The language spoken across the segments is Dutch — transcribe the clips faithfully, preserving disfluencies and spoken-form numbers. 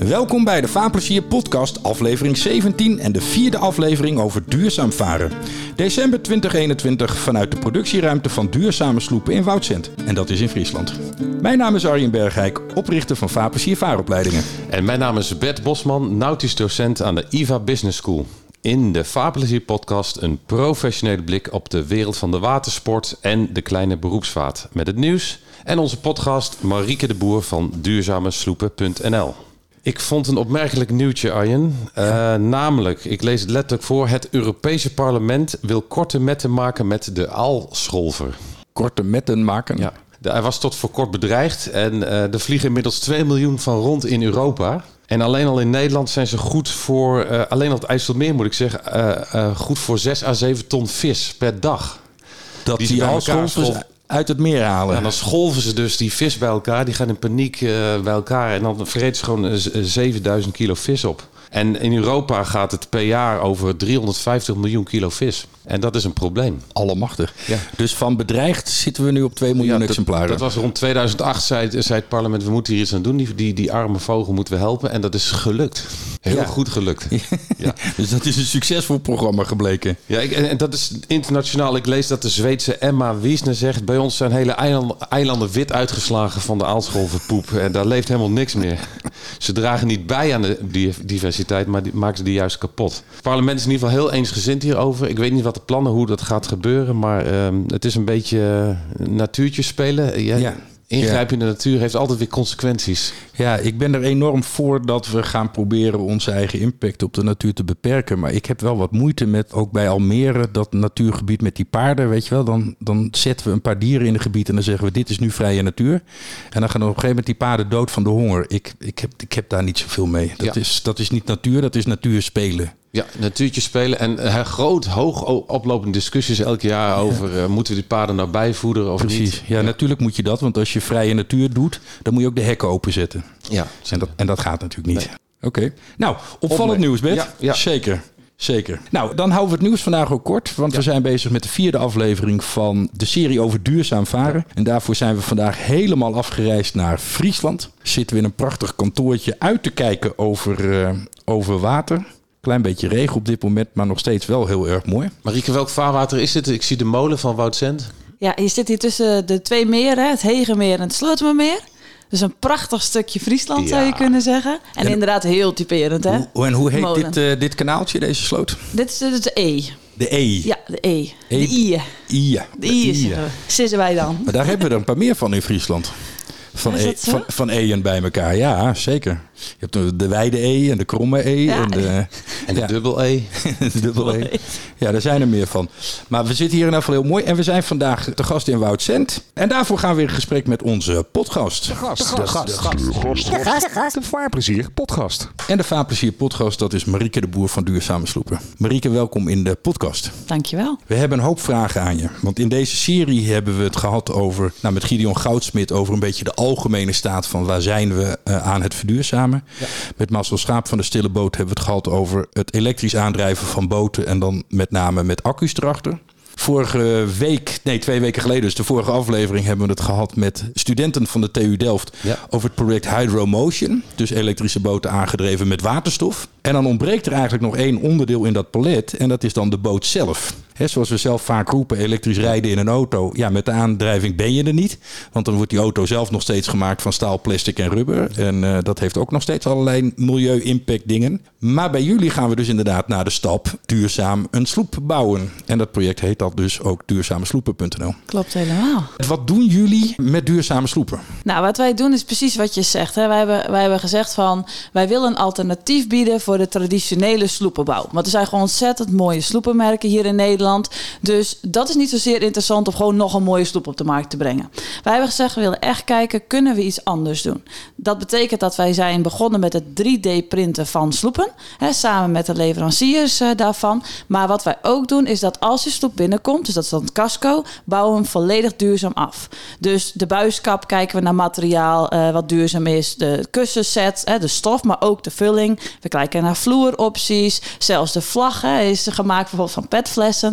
Welkom bij de Vaarplezier podcast, aflevering zeventien en de vierde aflevering over duurzaam varen. December twintig eenentwintig vanuit de productieruimte van Duurzame Sloepen in Woudsend. En dat is in Friesland. Mijn naam is Arjen Bergijk, oprichter van Vaarplezier Vaaropleidingen. En mijn naam is Bert Bosman, nautisch docent aan de I V A Business School. In de Vaarplezier podcast een professionele blik op de wereld van de watersport en de kleine beroepsvaart. Met het nieuws en onze podcast Marieke de Boer van duurzame sloepen punt n l. Ik vond een opmerkelijk nieuwtje, Arjen. Uh, namelijk, ik lees het letterlijk voor. Het Europese parlement wil korte metten maken met de aalscholver. Korte metten maken? Ja. Hij was tot voor kort bedreigd en uh, er vliegen inmiddels twee miljoen van rond in Europa. En alleen al in Nederland zijn ze goed voor, uh, alleen al het IJsselmeer moet ik zeggen, uh, uh, goed voor zes à zeven ton vis per dag. Dat die, die aalscholvers uit het meer halen. Ja, dan scholven ze dus die vis bij elkaar. Die gaan in paniek uh, bij elkaar. En dan vreten ze gewoon uh, zevenduizend kilo vis op. En in Europa gaat het per jaar over driehonderdvijftig miljoen kilo vis. En dat is een probleem. Allemachtig. Ja. Dus van bedreigd zitten we nu op twee miljoen ja, exemplaren. Dat was rond tweeduizend acht, zei, zei het parlement, we moeten hier iets aan doen. Die, die, die arme vogel moeten we helpen. En dat is gelukt. Heel ja. goed gelukt. Ja. Dus dat is een succesvol programma gebleken. Ja, ik, en dat is internationaal. Ik lees dat de Zweedse Emma Wiesner zegt, bij ons zijn hele eilanden, eilanden wit uitgeslagen van de aalscholverpoep. En daar leeft helemaal niks meer. Ze dragen niet bij aan de diversiteit, maar die maken ze die juist kapot. Het parlement is in ieder geval heel eensgezind hierover. Ik weet niet wat de plannen, hoe dat gaat gebeuren, maar um, het is een beetje uh, natuurtje spelen. Ja, ja. Ingrijpen in de natuur heeft altijd weer consequenties. Ja, ik ben er enorm voor dat we gaan proberen onze eigen impact op de natuur te beperken. Maar ik heb wel wat moeite met, ook bij Almere, dat natuurgebied met die paarden, weet je wel. Dan, dan zetten we een paar dieren in een gebied en dan zeggen we, dit is nu vrije natuur. En dan gaan op een gegeven moment die paarden dood van de honger. Ik, ik, heb, ik heb daar niet zoveel mee. Dat, ja. is, dat is niet natuur, dat is natuur spelen. Ja, natuurtje spelen en uh, groot, hoog oplopende discussies elk jaar over uh, moeten we die paarden nou bijvoederen of Precies. niet. Precies, ja, ja natuurlijk moet je dat, want als je vrije natuur doet, dan moet je ook de hekken openzetten. Ja. En dat, en dat gaat natuurlijk niet. Nee. Oké, okay. Nou, opvallend Opmerk. nieuws, Bert. Ja, ja. Zeker. Zeker. Nou, dan houden we het nieuws vandaag ook kort. Want ja. we zijn bezig met de vierde aflevering van de serie over duurzaam varen. Ja. En daarvoor zijn we vandaag helemaal afgereisd naar Friesland. Zitten we in een prachtig kantoortje uit te kijken over, uh, over water. Klein beetje regen op dit moment, maar nog steeds wel heel erg mooi. Marieke, welk vaarwater is dit? Ik zie de molen van Woudsend. Ja, je zit hier tussen de twee meren, het Hegemeer en het Slotermeer. Dus een prachtig stukje Friesland, ja. zou je kunnen zeggen. En, en inderdaad heel typerend, hè? Hoe, en hoe heet dit, uh, dit kanaaltje, deze sloot? Dit is de, de E. De E? Ja, de E. e. De I. I. De I is sissen wij dan. Maar daar hebben we er een paar meer van in Friesland. Van, e, van, van e'en bij elkaar, ja, zeker. Je hebt de wijde E en de kromme E. Ja. En de, en de ja. dubbel E. de dubbel E. Ja, daar zijn er meer van. Maar we zitten hier in ieder geval heel mooi. En we zijn vandaag te gast in Woudsend. En daarvoor gaan we weer in gesprek met onze podcast. De gast. De gast. De gast. De gast. De gast. De gast. De Vaarplezier podcast. En de Vaarplezier podcast, dat is Marieke de Boer van Duurzame Sloepen. Marieke, welkom in de podcast. Dankjewel. We hebben een hoop vragen aan je. Want in deze serie hebben we het gehad over, nou, met Gideon Goudsmit, over een beetje de algemene staat van waar zijn we uh, aan het verduurzamen. Ja. Met Marcel Schaap van de Stille Boot hebben we het gehad over het elektrisch aandrijven van boten en dan met name met accu's erachter. Vorige week, nee twee weken geleden, dus de vorige aflevering hebben we het gehad met studenten van de T U Delft ja. over het project Hydromotion. Dus elektrische boten aangedreven met waterstof. En dan ontbreekt er eigenlijk nog één onderdeel in dat palet en dat is dan de boot zelf. He, zoals we zelf vaak roepen, elektrisch rijden in een auto. Ja, met de aandrijving ben je er niet. Want dan wordt die auto zelf nog steeds gemaakt van staal, plastic en rubber. En uh, dat heeft ook nog steeds allerlei milieu-impact dingen. Maar bij jullie gaan we dus inderdaad naar de stap duurzaam een sloep bouwen. En dat project heet dat dus ook duurzame sloepen punt n l. Klopt helemaal. Wat doen jullie met duurzame sloepen? Nou, wat wij doen is precies wat je zegt. Hè. Wij, hebben, wij hebben gezegd van, wij willen een alternatief bieden voor de traditionele sloepenbouw. Want er zijn gewoon ontzettend mooie sloepenmerken hier in Nederland. Dus dat is niet zozeer interessant om gewoon nog een mooie sloep op de markt te brengen. Wij hebben gezegd, we willen echt kijken, kunnen we iets anders doen? Dat betekent dat wij zijn begonnen met het drie D printen van sloepen. Hè, samen met de leveranciers uh, daarvan. Maar wat wij ook doen is dat als je sloep binnenkomt, dus dat is dan het casco, bouwen we hem volledig duurzaam af. Dus de buiskap kijken we naar materiaal uh, wat duurzaam is. De kussenset, hè, de stof, maar ook de vulling. We kijken naar vloeropties. Zelfs de vlag hè, is gemaakt bijvoorbeeld van petflessen.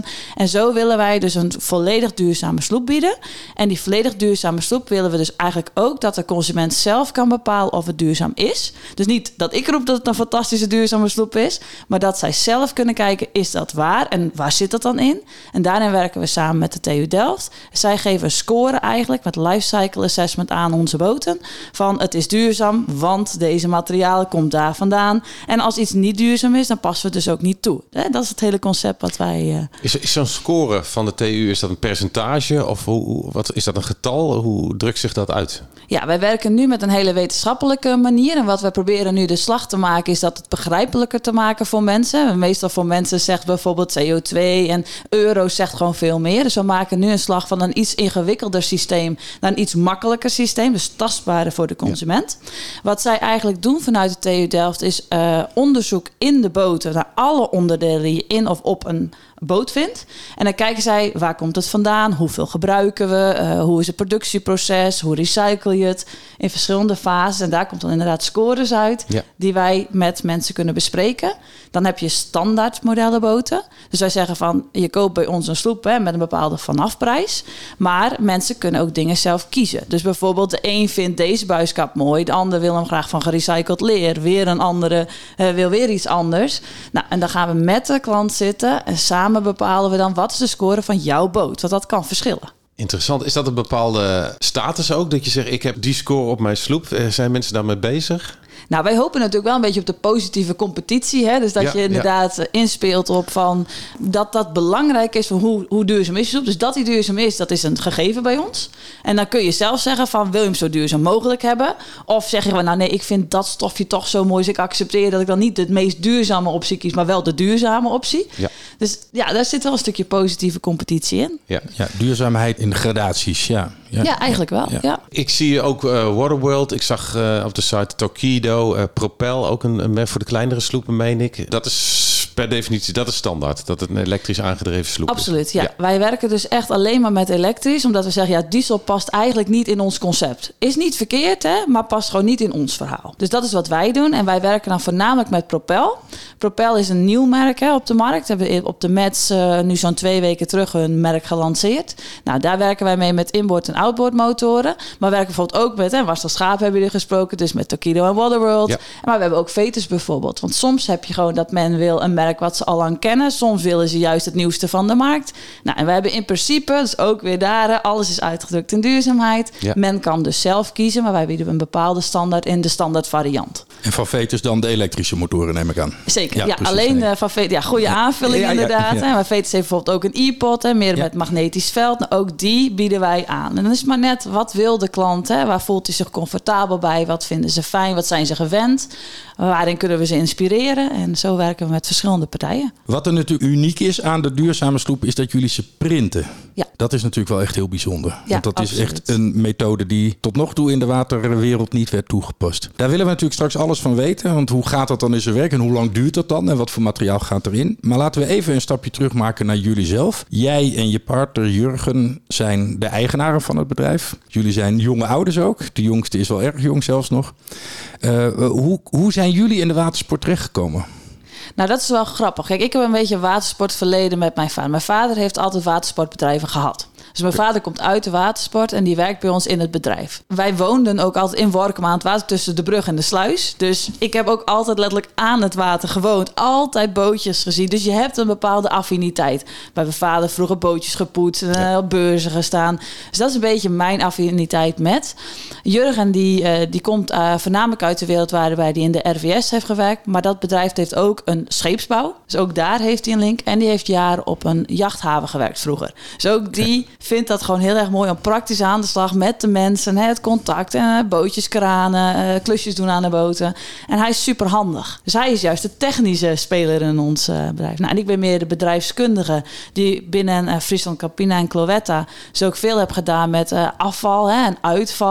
En zo willen wij dus een volledig duurzame sloep bieden. En die volledig duurzame sloep willen we dus eigenlijk ook dat de consument zelf kan bepalen of het duurzaam is. Dus niet dat ik roep dat het een fantastische duurzame sloep is, maar dat zij zelf kunnen kijken, is dat waar en waar zit dat dan in? En daarin werken we samen met de T U Delft. Zij geven een score eigenlijk met lifecycle assessment aan onze boten van het is duurzaam, want deze materialen komt daar vandaan. En als iets niet duurzaam is, dan passen we het dus ook niet toe. Dat is het hele concept wat wij... Uh... Is, is zo'n score van de T U, is dat een percentage of hoe, wat, is dat een getal? Hoe drukt zich dat uit? Ja, wij werken nu met een hele wetenschappelijke manier. En wat we proberen nu de slag te maken is dat het begrijpelijker te maken voor mensen. Meestal voor mensen zegt bijvoorbeeld C O twee en euro's zegt gewoon veel meer. Dus we maken nu een slag van een iets ingewikkelder systeem naar een iets makkelijker systeem. Dus tastbaarder voor de consument. Ja. Wat zij eigenlijk doen vanuit de T U Delft is uh, onderzoek in de boten naar alle onderdelen die je in of op een boot vindt. En dan kijken zij, waar komt het vandaan? Hoeveel gebruiken we? Uh, hoe is het productieproces? Hoe recycle je het? In verschillende fases. En daar komt dan inderdaad scores uit, ja, die wij met mensen kunnen bespreken. Dan heb je standaard modellenboten. Dus wij zeggen van, je koopt bij ons een sloep hè, met een bepaalde vanafprijs. Maar mensen kunnen ook dingen zelf kiezen. Dus bijvoorbeeld de een vindt deze buiskap mooi. De ander wil hem graag van gerecycled leer. Weer een andere uh, wil weer iets anders. Nou, en dan gaan we met de klant zitten en samen bepalen we dan wat is de score van jouw boot. Want dat kan verschillen. Interessant. Is dat een bepaalde status ook? Dat je zegt, ik heb die score op mijn sloep. Zijn mensen daarmee bezig? Nou, wij hopen natuurlijk wel een beetje op de positieve competitie. Hè? Dus dat ja, je inderdaad ja. inspeelt op van dat dat belangrijk is van hoe, hoe duurzaam is je sloep. Dus dat die duurzaam is, dat is een gegeven bij ons. En dan kun je zelf zeggen van wil je hem zo duurzaam mogelijk hebben? Of zeg je van nou nee, ik vind dat stofje toch zo mooi. Dus ik accepteer dat ik dan niet de meest duurzame optie kies, maar wel de duurzame optie. Ja. Dus ja, daar zit wel een stukje positieve competitie in. Ja, ja duurzaamheid in gradaties, ja. Ja, ja eigenlijk wel. Ja. Ja. Ik zie ook uh, Waterworld. Ik zag uh, op de site Torqeedo, uh, Propel, ook een, een merk voor de kleinere sloepen, meen ik. Dat is per definitie, dat is standaard. Dat het een elektrisch aangedreven sloep is. Absoluut, ja. ja. Wij werken dus echt alleen maar met elektrisch. Omdat we zeggen, ja, diesel past eigenlijk niet in ons concept. Is niet verkeerd, hè, maar past gewoon niet in ons verhaal. Dus dat is wat wij doen. En wij werken dan voornamelijk met Propel. Propel is een nieuw merk hè, op de markt. We hebben op de M E T S uh, nu zo'n twee weken terug hun merk gelanceerd. Nou, daar werken wij mee met inboard- en outboard motoren. Maar we werken bijvoorbeeld ook met, hè, Warstel Schaap hebben jullie gesproken. Dus met Torqeedo en Waterworld. Ja. Maar we hebben ook Vetus bijvoorbeeld. Want soms heb je gewoon dat men wil een merk wat ze al lang kennen. Soms willen ze juist het nieuwste van de markt. Nou, en we hebben in principe, dus ook weer daar, alles is uitgedrukt in duurzaamheid. Ja. Men kan dus zelf kiezen, maar wij bieden een bepaalde standaard in de standaard variant. En van Vetus dan de elektrische motoren, neem ik aan. Zeker, ja, ja precies, alleen nee. van Vetus, ja, goede aanvulling ja, ja, inderdaad. Ja, ja. Maar Vetus heeft bijvoorbeeld ook een e-pot, hè, meer ja. met magnetisch veld. Nou, ook die bieden wij aan. En dan is het maar net, wat wil de klant? Hè? Waar voelt hij zich comfortabel bij? Wat vinden ze fijn? Wat zijn ze gewend? Waarin kunnen we ze inspireren? En zo werken we met verschillende partijen. Wat er natuurlijk uniek is aan de duurzame sloep is dat jullie ze printen. Ja. Dat is natuurlijk wel echt heel bijzonder. Ja, want dat absoluut. Is echt een methode die tot nog toe in de waterwereld niet werd toegepast. Daar willen we natuurlijk straks alles van weten. Want hoe gaat dat dan in zijn werk en hoe lang duurt dat dan? En wat voor materiaal gaat erin? Maar laten we even een stapje terug maken naar jullie zelf. Jij en je partner Jurgen zijn de eigenaren van het bedrijf. Jullie zijn jonge ouders ook. De jongste is wel erg jong zelfs nog. Uh, hoe, hoe zijn jullie in de watersport terechtgekomen? Nou, dat is wel grappig. Kijk, ik heb een beetje watersportverleden met mijn vader. Mijn vader heeft altijd watersportbedrijven gehad. Dus mijn vader komt uit de watersport en die werkt bij ons in het bedrijf. Wij woonden ook altijd in Workum aan het water tussen de brug en de sluis. Dus ik heb ook altijd letterlijk aan het water gewoond. Altijd bootjes gezien. Dus je hebt een bepaalde affiniteit. Bij mijn vader vroeger bootjes gepoetst en ja. op beurzen gestaan. Dus dat is een beetje mijn affiniteit met. Jurgen die, uh, die komt uh, voornamelijk uit de wereld waarbij hij in de R V S heeft gewerkt. Maar dat bedrijf heeft ook een scheepsbouw. Dus ook daar heeft hij een link. En die heeft jaren op een jachthaven gewerkt vroeger. Dus ook die vindt dat gewoon heel erg mooi om praktisch aan de slag met de mensen. Het contact en bootjes kranen, klusjes doen aan de boten. En hij is super handig. Dus hij is juist de technische speler in ons bedrijf. Nou, en ik ben meer de bedrijfskundige die binnen Friesland Campina en Cloetta dus ook veel heb gedaan met afval hè, en uitval. En hoe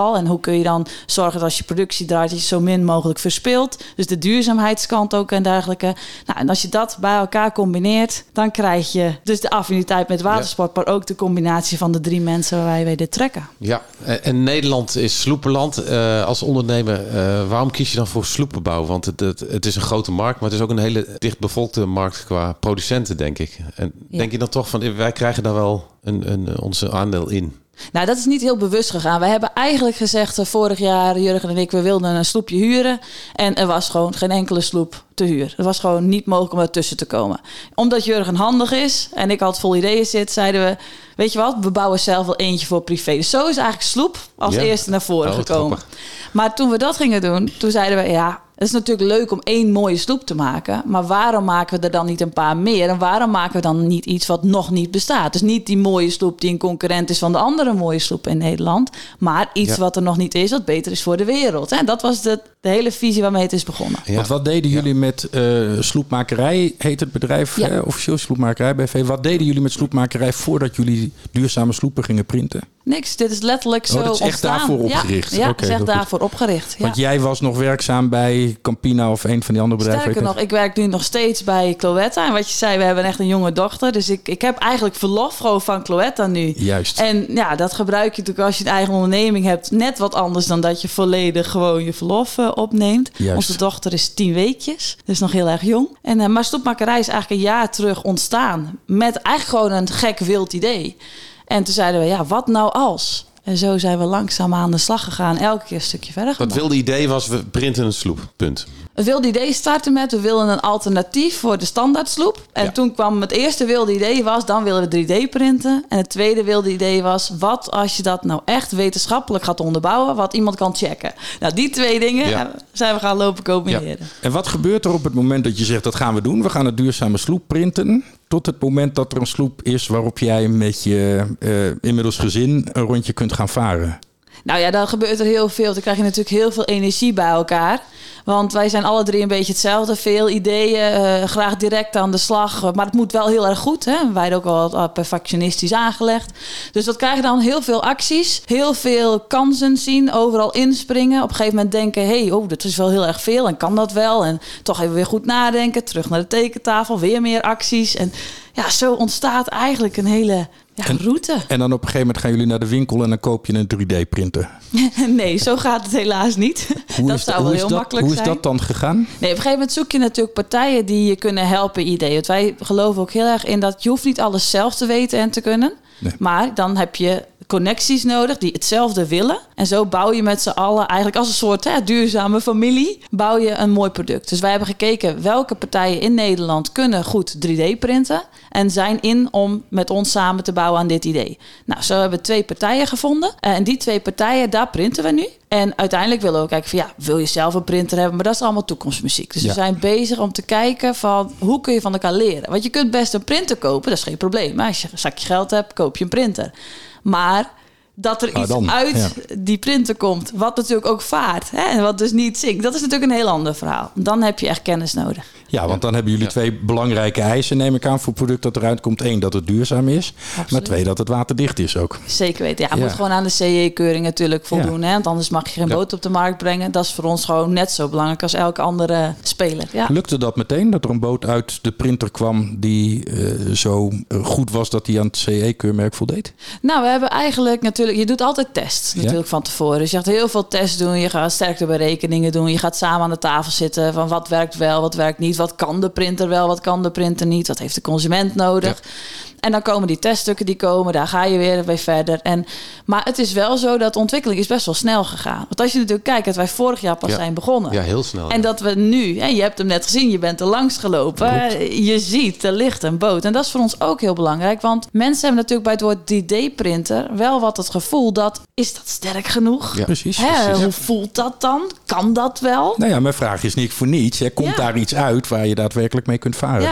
kun je dan zorgen dat als je productie draait, dat je zo min mogelijk verspilt. Dus de duurzaamheidskant ook en dergelijke. Nou, en als je dat bij elkaar combineert, dan krijg je dus de affiniteit met watersport, ja. maar ook de combinatie van de drie mensen waarbij wij dit trekken. Ja, en Nederland is sloepenland. Uh, als ondernemer, uh, waarom kies je dan voor sloepenbouw? Want het, het, het is een grote markt, maar het is ook een hele dichtbevolkte markt qua producenten, denk ik. En ja. denk je dan toch van, wij krijgen daar wel een, een, onze aandeel in? Nou, dat is niet heel bewust gegaan. We hebben eigenlijk gezegd uh, vorig jaar, Jurgen en ik, we wilden een sloepje huren. En er was gewoon geen enkele sloep te huur. Het was gewoon niet mogelijk om ertussen te komen. Omdat Jurgen handig is en ik altijd vol ideeën zit, zeiden we, weet je wat, we bouwen zelf wel eentje voor privé. Dus zo is eigenlijk sloep als ja. eerste naar voren oh, gekomen. Grappig. Maar toen we dat gingen doen, toen zeiden we, ja, het is natuurlijk leuk om één mooie sloep te maken. Maar waarom maken we er dan niet een paar meer? En waarom maken we dan niet iets wat nog niet bestaat? Dus niet die mooie sloep die een concurrent is van de andere mooie sloep in Nederland. Maar iets ja. wat er nog niet is, wat beter is voor de wereld. En dat was de, de hele visie waarmee het is begonnen. Ja. Want wat deden jullie ja. met uh, sloepmakerij, heet het bedrijf, ja. uh, officieel sloepmakerij B V. Wat deden jullie met sloepmakerij voordat jullie duurzame sloepen gingen printen? Niks, dit is letterlijk zo oh, dat is echt ontstaan. daarvoor opgericht? Ja, ja okay, is echt daarvoor goed. opgericht. Ja. Want jij was nog werkzaam bij Campina of een van die andere bedrijven? Sterker nog, ik werk nu nog steeds bij Cloetta. En wat je zei, we hebben echt een jonge dochter. Dus ik, ik heb eigenlijk verlof gewoon van Cloetta nu. Juist. En ja, dat gebruik je natuurlijk als je een eigen onderneming hebt. Net wat anders dan dat je volledig gewoon je verlof uh, opneemt. Juist. Onze dochter is tien weekjes. Dus nog heel erg jong. En, uh, maar sloepmakerij is eigenlijk een jaar terug ontstaan. Met eigenlijk gewoon een gek wild idee. En toen zeiden we, ja, wat nou als? En zo zijn we langzaam aan de slag gegaan. Elke keer een stukje verder gemaakt. Het wilde idee was, we printen een sloep. Punt. Het wilde idee starten met, we wilden een alternatief voor de standaard sloep. En ja. toen kwam het eerste wilde idee was, dan wilden we drie D printen. En het tweede wilde idee was, wat als je dat nou echt wetenschappelijk gaat onderbouwen, wat iemand kan checken. Nou, die twee dingen ja. zijn we gaan lopen combineren. Ja. En wat gebeurt er op het moment dat je zegt, dat gaan we doen? We gaan een duurzame sloep printen. Tot het moment dat er een sloep is waarop jij met je uh, inmiddels gezin een rondje kunt gaan varen. Nou ja, dan gebeurt er heel veel. Dan krijg je natuurlijk heel veel energie bij elkaar. Want wij zijn alle drie een beetje hetzelfde. Veel ideeën, uh, graag direct aan de slag. Maar het moet wel heel erg goed. Hè? Wij zijn ook wel perfectionistisch aangelegd. Dus dat krijg je dan heel veel acties. Heel veel kansen zien. Overal inspringen. Op een gegeven moment denken, hé, hey, oh, dat is wel heel erg veel. En kan dat wel? En toch even weer goed nadenken. Terug naar de tekentafel. Weer meer acties. En ja, zo ontstaat eigenlijk een hele... Ja, en, route. En dan op een gegeven moment gaan jullie naar de winkel en dan koop je een drie D printer. Nee, zo gaat het helaas niet. Hoe dat is zou da, wel heel dat, makkelijk hoe zijn. Hoe is dat dan gegaan? Nee, op een gegeven moment zoek je natuurlijk partijen die je kunnen helpen ideeën. Want wij geloven ook heel erg in dat je hoeft niet alles zelf te weten en te kunnen. Nee. Maar dan heb je connecties nodig die hetzelfde willen. En zo bouw je met z'n allen eigenlijk als een soort hè, duurzame familie, bouw je een mooi product. Dus wij hebben gekeken welke partijen in Nederland kunnen goed drie D printen en zijn in om met ons samen te bouwen aan dit idee. Nou, zo hebben we twee partijen gevonden. En die twee partijen, daar printen we nu. En uiteindelijk willen we ook kijken van ja, wil je zelf een printer hebben? Maar dat is allemaal toekomstmuziek. Dus ja. we zijn bezig om te kijken van hoe kun je van elkaar leren? Want je kunt best een printer kopen, dat is geen probleem. Maar als je een zakje geld hebt, koop je een printer. Maar dat er iets ah, dan, uit ja. die printer komt, wat natuurlijk ook vaart. Hè, en wat dus niet zinkt. Dat is natuurlijk een heel ander verhaal. Dan heb je echt kennis nodig. Ja, want dan hebben jullie ja. twee belangrijke eisen, neem ik aan, voor het product dat eruit komt. Eén, dat het duurzaam is. Absoluut. Maar twee, dat het waterdicht is ook. Zeker weten. Ja, het ja. moet gewoon aan de C E-keuring natuurlijk voldoen. Ja. Hè? Want anders mag je geen ja. boot op de markt brengen. Dat is voor ons gewoon net zo belangrijk als elke andere speler. Ja. Lukte dat meteen, dat er een boot uit de printer kwam die uh, zo goed was dat hij aan het C E-keurmerk voldeed? Nou, we hebben eigenlijk natuurlijk, je doet altijd tests natuurlijk ja? van tevoren. Dus je gaat heel veel tests doen. Je gaat sterkteberekeningen doen. Je gaat samen aan de tafel zitten van wat werkt wel, wat werkt niet. Wat kan de printer wel, wat kan de printer niet? Wat heeft de consument nodig? Ja. En dan komen die teststukken die komen, daar ga je weer weer verder. En, maar het is wel zo dat de ontwikkeling is best wel snel gegaan. Want als je natuurlijk kijkt dat wij vorig jaar pas ja. zijn begonnen. Ja, heel snel. En ja. dat we nu, hè, je hebt hem net gezien, je bent er langs gelopen. Klopt. Je ziet, er ligt een boot. En dat is voor ons ook heel belangrijk. Want mensen hebben natuurlijk bij het woord drie D printer wel wat het gevoel dat, is dat sterk genoeg? Ja, precies. Hè, precies. Hoe voelt dat dan? Kan dat wel? Nou ja, mijn vraag is niet voor niets. Hè. Komt ja. daar iets uit waar je daadwerkelijk mee kunt varen? Ja. Ja. Ja.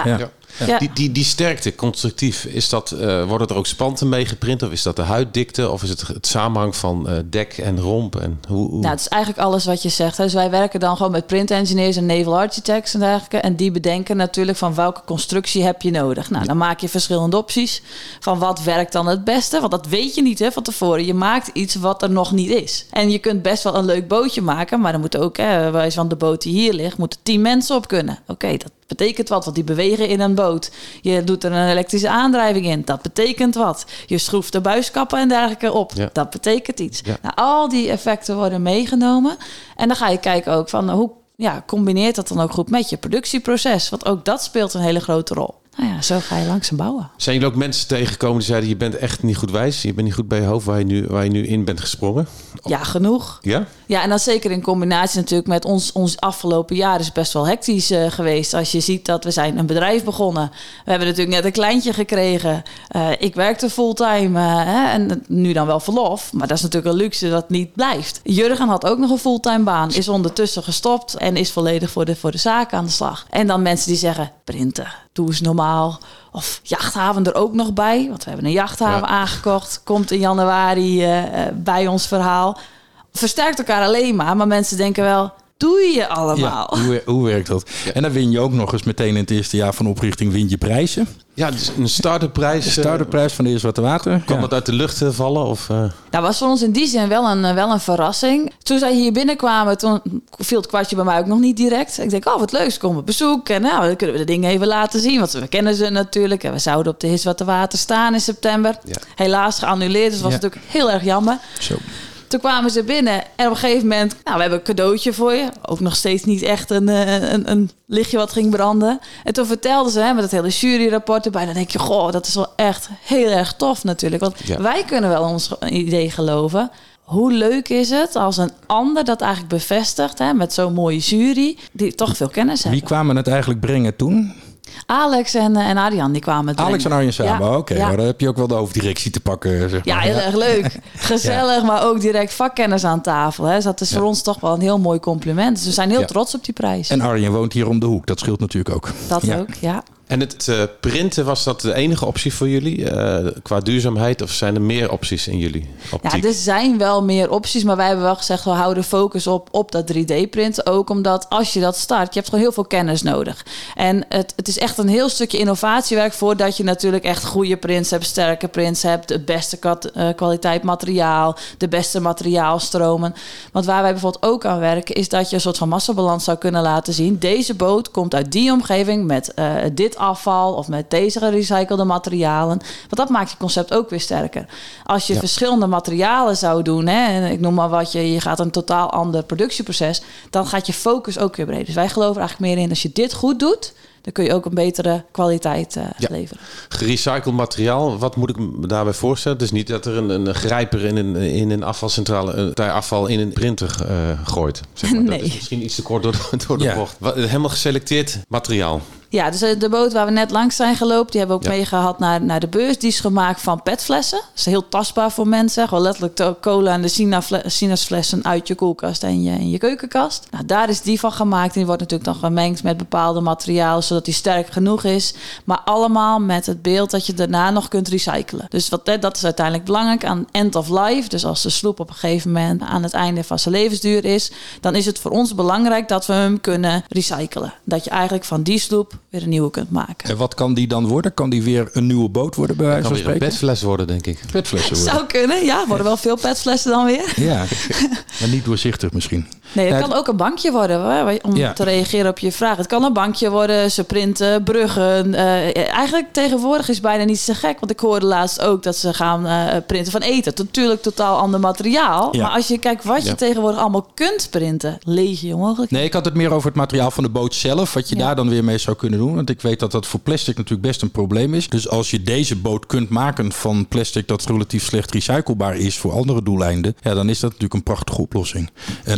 Ja. Die, die, die sterkte, constructief, is dat, uh, worden er ook spanten mee geprint? Of is dat de huiddikte? Of is het het samenhang van uh, dek en romp? En hoe, hoe? Nou, het is eigenlijk alles wat je zegt. Dus wij werken dan gewoon met print engineers en naval architects en dergelijke. En die bedenken natuurlijk van welke constructie heb je nodig. Nou, dan maak je verschillende opties van wat werkt dan het beste. Want dat weet je niet hè, van tevoren. Je maakt iets wat er nog niet is. En je kunt best wel een leuk bootje maken. Maar dan moeten ook, hè, wijs van de boot die hier ligt, moeten tien mensen op kunnen. Oké, okay, dat betekent wat, want die bewegen in een boot. Je doet er een elektrische aandrijving in. Dat betekent wat. Je schroeft de buiskappen en dergelijke op. Ja. Dat betekent iets. Ja. Nou, al die effecten worden meegenomen. En dan ga je kijken ook van hoe ja, combineert dat dan ook goed met je productieproces. Want ook dat speelt een hele grote rol. Nou ja, zo ga je langzaam bouwen. Zijn jullie ook mensen tegengekomen die zeiden je bent echt niet goed wijs? Je bent niet goed bij je hoofd waar je nu, waar je nu in bent gesprongen? Ja, genoeg. Ja? Ja, en dan zeker in combinatie natuurlijk met ons, ons afgelopen jaar is best wel hectisch uh, geweest. Als je ziet dat we zijn een bedrijf begonnen. We hebben natuurlijk net een kleintje gekregen. Uh, ik werkte fulltime uh, hè, en nu dan wel verlof. Maar dat is natuurlijk een luxe dat niet blijft. Jurgen had ook nog een fulltime baan. Is ondertussen gestopt en is volledig voor de, voor de zaak aan de slag. En dan mensen die zeggen, printen, doe eens normaal. Of jachthaven er ook nog bij. Want we hebben een jachthaven ja. aangekocht. Komt in januari uh, bij ons verhaal. Versterkt elkaar alleen maar. Maar mensen denken wel, doe je allemaal. Ja, hoe, hoe werkt dat? Ja. En dan win je ook nog eens meteen in het eerste jaar van oprichting win je prijzen. Ja, dus een start-up-prijs. Een start-up-prijs van de Eerste Water Water. Kan ja. dat uit de lucht vallen? Of, uh... Nou, was voor ons in die zin wel een, wel een verrassing. Toen zij hier binnenkwamen, toen viel het kwartje bij mij ook nog niet direct. Ik denk, oh wat leuk, ze komen op bezoek. En nou, dan kunnen we de dingen even laten zien. Want we kennen ze natuurlijk. En we zouden op de Eerste Water Water staan in september. Ja. Helaas geannuleerd, dus was ja. natuurlijk heel erg jammer. Zo. Toen kwamen ze binnen en op een gegeven moment, nou, we hebben een cadeautje voor je. Ook nog steeds niet echt een, een, een lichtje wat ging branden. En toen vertelden ze hè, met het hele juryrapport erbij. Dan denk je, goh, dat is wel echt heel erg tof natuurlijk. Want ja. wij kunnen wel ons idee geloven. Hoe leuk is het als een ander dat eigenlijk bevestigt hè, met zo'n mooie jury, die toch veel kennis hebben. Wie kwamen het eigenlijk brengen toen? Alex en, en Arjan, die kwamen het Alex brengen. en Arjan samen, ja. oké. Okay. Ja. Maar dan heb je ook wel de hoofddirectie te pakken. Zeg maar. Ja, heel ja. erg leuk. Gezellig, ja. maar ook direct vakkennis aan tafel. Hè. Dus dat is ja. voor ons toch wel een heel mooi compliment. Dus we zijn heel ja. trots op die prijs. En Arjan woont hier om de hoek. Dat scheelt natuurlijk ook. Dat ja. ook, ja. En het uh, printen, was dat de enige optie voor jullie uh, qua duurzaamheid? Of zijn er meer opties in jullie optiek? Ja, er zijn wel meer opties, maar wij hebben wel gezegd, we houden focus op, op dat drie D-printen. Ook omdat als je dat start, je hebt gewoon heel veel kennis nodig. En het, het is echt een heel stukje innovatiewerk voordat je natuurlijk echt goede prints hebt, sterke prints hebt, de beste kat, uh, kwaliteit materiaal, de beste materiaalstromen. Want waar wij bijvoorbeeld ook aan werken, is dat je een soort van massabalans zou kunnen laten zien. Deze boot komt uit die omgeving met uh, dit afval of met deze gerecyclede materialen. Want dat maakt je concept ook weer sterker. Als je ja. verschillende materialen zou doen, hè, en ik noem maar wat, je, je gaat een totaal ander productieproces, dan gaat je focus ook weer breder. Dus wij geloven eigenlijk meer in, als je dit goed doet, dan kun je ook een betere kwaliteit uh, ja. leveren. Gerecycled materiaal, wat moet ik me daarbij voorstellen? Het is niet dat er een, een grijper in een, in een afvalcentrale uh, afval in een printer uh, gooit. Zeg maar. Nee. Dat is misschien iets te kort door, door de ja. bocht. Wat, helemaal geselecteerd materiaal. Ja, dus de boot waar we net langs zijn gelopen, die hebben we ook ja. meegehad naar, naar de beurs. Die is gemaakt van petflessen. Dat is heel tastbaar voor mensen. Gewoon letterlijk de cola en de sinasflessen uit je koelkast en je, en je keukenkast. Nou, daar is die van gemaakt. En die wordt natuurlijk dan gemengd met bepaalde materialen, zodat die sterk genoeg is. Maar allemaal met het beeld dat je daarna nog kunt recyclen. Dus wat, dat is uiteindelijk belangrijk aan end of life. Dus als de sloep op een gegeven moment aan het einde van zijn levensduur is, dan is het voor ons belangrijk dat we hem kunnen recyclen. Dat je eigenlijk van die sloep weer een nieuwe kunt maken. En wat kan die dan worden? Kan die weer een nieuwe boot worden bij wijze van spreken? Kan weer een petfles worden, denk ik. Petflessen worden. Zou kunnen, ja. Worden wel veel petflessen dan weer. Ja, maar niet doorzichtig misschien. Nee, het ja, kan ook een bankje worden, hoor, om ja. te reageren op je vraag. Het kan een bankje worden, ze printen, bruggen. Uh, eigenlijk tegenwoordig is het bijna niet zo gek. Want ik hoorde laatst ook dat ze gaan uh, printen van eten. Natuurlijk totaal ander materiaal. Ja. Maar als je kijkt wat je ja. tegenwoordig allemaal kunt printen, legio mogelijk. Nee, ik had het meer over het materiaal van de boot zelf. Wat je ja. daar dan weer mee zou kunnen doen. Want ik weet dat dat voor plastic natuurlijk best een probleem is. Dus als je deze boot kunt maken van plastic dat relatief slecht recyclebaar is voor andere doeleinden, ja, dan is dat natuurlijk een prachtige oplossing. En als dan de boot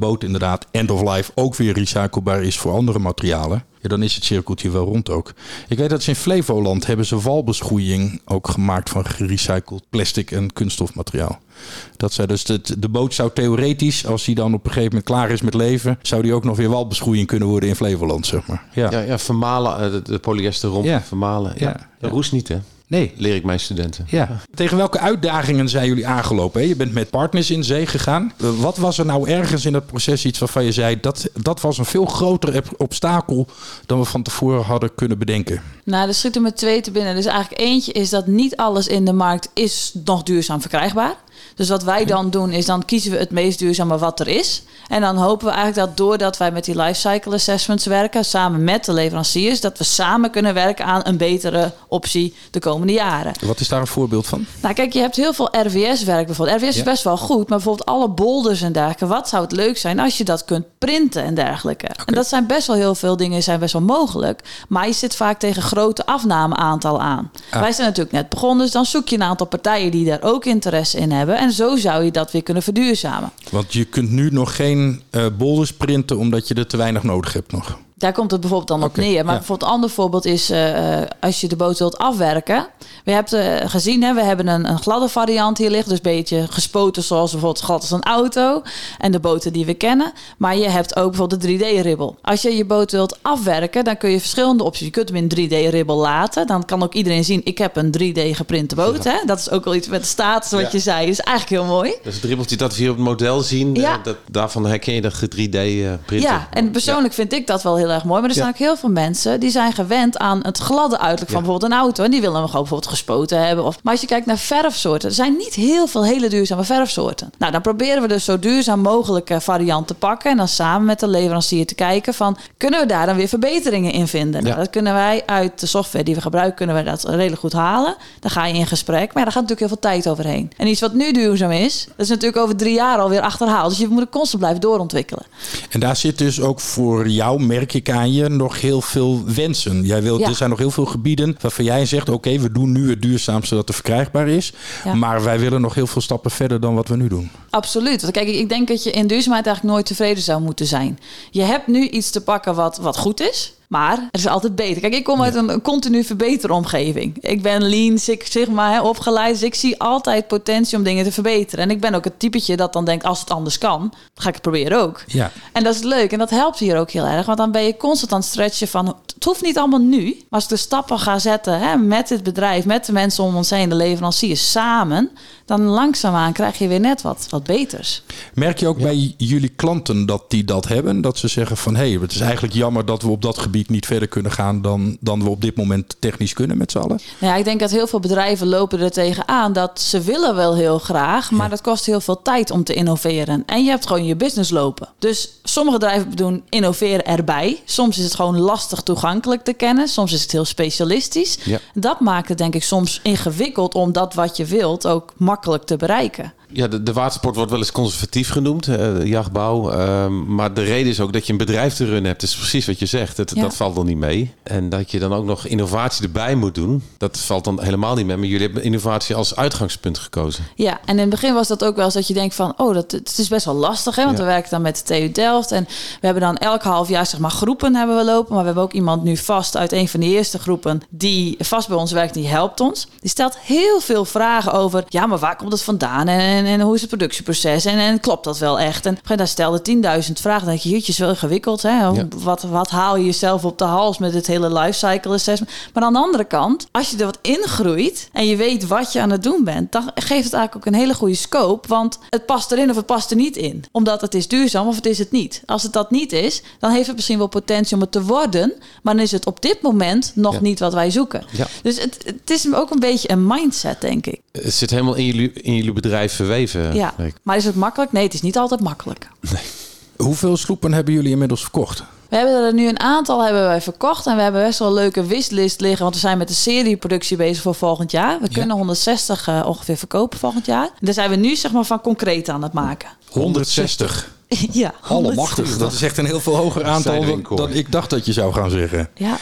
boot inderdaad end of life ook weer recyclebaar is voor andere materialen, ja, dan is het cirkeltje wel rond ook. Ik weet dat ze in Flevoland hebben ze walbeschoeiing ook gemaakt van gerecycled plastic en kunststofmateriaal. Dat zij dus de, de boot zou theoretisch, als die dan op een gegeven moment klaar is met leven, zou die ook nog weer walbeschoeiing kunnen worden in Flevoland, zeg maar. Ja, ja, ja vermalen, de, de polyester romp, ja. vermalen. Ja. Ja. Dat roest niet, hè? Nee. Leer ik mijn studenten. Ja. Tegen welke uitdagingen zijn jullie aangelopen? Hè? Je bent met partners in zee gegaan. Uh, wat was er nou ergens in dat proces iets waarvan je zei, dat, dat was een veel groter obstakel dan we van tevoren hadden kunnen bedenken? Nou, er schieten me twee te binnen. Dus eigenlijk eentje is dat niet alles in de markt is nog duurzaam verkrijgbaar. Dus wat wij dan doen is dan kiezen we het meest duurzame wat er is. En dan hopen we eigenlijk dat doordat wij met die lifecycle assessments werken, samen met de leveranciers, dat we samen kunnen werken aan een betere optie de komende jaren. Wat is daar een voorbeeld van? Nou kijk, je hebt heel veel R W S-werk bijvoorbeeld. R W S Ja. is best wel goed, maar bijvoorbeeld alle boulders en dergelijke. Wat zou het leuk zijn als je dat kunt printen en dergelijke. En dat zijn best wel heel veel dingen, zijn best wel mogelijk. Maar je zit vaak tegen grote afnameaantallen aan. Ah. Wij zijn natuurlijk net begonnen, dus dan zoek je een aantal partijen die daar ook interesse in hebben. En zo zou je dat weer kunnen verduurzamen. Want je kunt nu nog geen uh, boulders printen omdat je er te weinig nodig hebt nog. Daar komt het bijvoorbeeld dan op Oké, neer. Maar ja. bijvoorbeeld een ander voorbeeld is uh, als je de boot wilt afwerken. We hebben uh, gezien, hè, we hebben een, een gladde variant hier liggen. Dus een beetje gespoten zoals bijvoorbeeld glad als een auto. En de boten die we kennen. Maar je hebt ook bijvoorbeeld de drie D-ribbel. Als je je boot wilt afwerken, dan kun je verschillende opties. Je kunt hem in drie D-ribbel laten. Dan kan ook iedereen zien, ik heb een drie D geprinte boot. Ja. Hè? Dat is ook wel iets met de status wat ja. je zei. Dat is eigenlijk heel mooi. Dus het ribbeltje dat we hier op het model zien, ja. uh, dat, daarvan herken je dat drie D-printen. Ja, en persoonlijk ja. vind ik dat wel heel erg mooi. Maar er zijn ja. ook heel veel mensen die zijn gewend aan het gladde uiterlijk van ja. bijvoorbeeld een auto. En die willen hem gewoon bijvoorbeeld gespoten hebben. Of, maar als je kijkt naar verfsoorten, er zijn niet heel veel hele duurzame verfsoorten. Nou, dan proberen we dus zo duurzaam mogelijke varianten te pakken. En dan samen met de leverancier te kijken van, kunnen we daar dan weer verbeteringen in vinden? Ja. Nou, dat kunnen wij uit de software die we gebruiken, kunnen we dat redelijk goed halen. Dan ga je in gesprek. Maar ja, daar gaat natuurlijk heel veel tijd overheen. En iets wat nu duurzaam is, dat is natuurlijk over drie jaar alweer achterhaald. Dus je moet het constant blijven doorontwikkelen. En daar zit dus ook voor jou, merk ik aan je, nog heel veel wensen. Jij wilt, ja. Er zijn nog heel veel gebieden waarvan jij zegt, oké, okay, we doen nu het duurzaamste dat er verkrijgbaar is. Ja. Maar wij willen nog heel veel stappen verder dan wat we nu doen. Absoluut. Want kijk, ik denk dat je in duurzaamheid eigenlijk nooit tevreden zou moeten zijn. Je hebt nu iets te pakken wat, wat goed is. Maar er is altijd beter. Kijk, ik kom uit een continu verbeteromgeving. Ik ben Lean Six Sigma hè, opgeleid. Dus ik zie altijd potentie om dingen te verbeteren. En ik ben ook het typetje dat dan denkt, als het anders kan, dan ga ik het proberen ook. Ja. En dat is leuk. En dat helpt hier ook heel erg. Want dan ben je constant aan het stretchen van, het hoeft niet allemaal nu. Maar als ik de stappen ga zetten hè, met het bedrijf, met de mensen om ons heen, de leveranciers samen, dan langzaamaan krijg je weer net wat, wat beters. Merk je ook ja. bij jullie klanten dat die dat hebben? Dat ze zeggen van, hé, hey, het is eigenlijk jammer dat we op dat gebied niet verder kunnen gaan dan, dan we op dit moment technisch kunnen met z'n allen? Nou ja, ik denk dat heel veel bedrijven lopen er tegenaan dat ze willen wel heel graag, maar ja. dat kost heel veel tijd om te innoveren. En je hebt gewoon je business lopen. Dus sommige bedrijven doen innoveren erbij. Soms is het gewoon lastig toegankelijk te kennen. Soms is het heel specialistisch. Ja. Dat maakt het denk ik soms ingewikkeld om dat wat je wilt ook makkelijk te bereiken. Ja, de, de watersport wordt wel eens conservatief genoemd, uh, jachtbouw. Uh, maar de reden is ook dat je een bedrijf te runnen hebt. Dat is precies wat je zegt. Dat, ja. dat valt dan niet mee. En dat je dan ook nog innovatie erbij moet doen. Dat valt dan helemaal niet mee. Maar jullie hebben innovatie als uitgangspunt gekozen. Ja, en in het begin was dat ook wel eens dat je denkt van, oh, dat, het is best wel lastig. Hè? Want ja. we werken dan met de T U Delft. En we hebben dan elk half jaar zeg maar groepen hebben we lopen. Maar we hebben ook iemand nu vast uit een van de eerste groepen die vast bij ons werkt. Die helpt ons. Die stelt heel veel vragen over, ja, maar waar komt het vandaan? En En, en hoe is het productieproces? En, en klopt dat wel echt? En daar stelde tienduizend vragen. Dan denk je, jeetje, is wel ingewikkeld. Hè? Ja. Wat, wat haal je jezelf op de hals met het hele lifecycle assessment? Maar aan de andere kant, als je er wat ingroeit en je weet wat je aan het doen bent, dan geeft het eigenlijk ook een hele goede scope. Want het past erin of het past er niet in. Omdat het is duurzaam of het is het niet. Als het dat niet is, dan heeft het misschien wel potentie om het te worden. Maar dan is het op dit moment nog ja. niet wat wij zoeken. Ja. Dus het, het is ook een beetje een mindset, denk ik. Het zit helemaal in jullie, in jullie bedrijf verweven. Ja, maar is het makkelijk? Nee, het is niet altijd makkelijk. Nee. Hoeveel sloepen hebben jullie inmiddels verkocht? We hebben er nu een aantal hebben wij verkocht. En we hebben best wel een leuke wishlist liggen. Want we zijn met de serieproductie bezig voor volgend jaar. We kunnen ja. honderdzestig uh, ongeveer verkopen volgend jaar. En daar zijn we nu zeg maar van concreet aan het maken. honderdzestig? Ja. Allemachtig. Dat is echt een heel veel hoger aantal dan, dan ik dacht dat je zou gaan zeggen. Ja.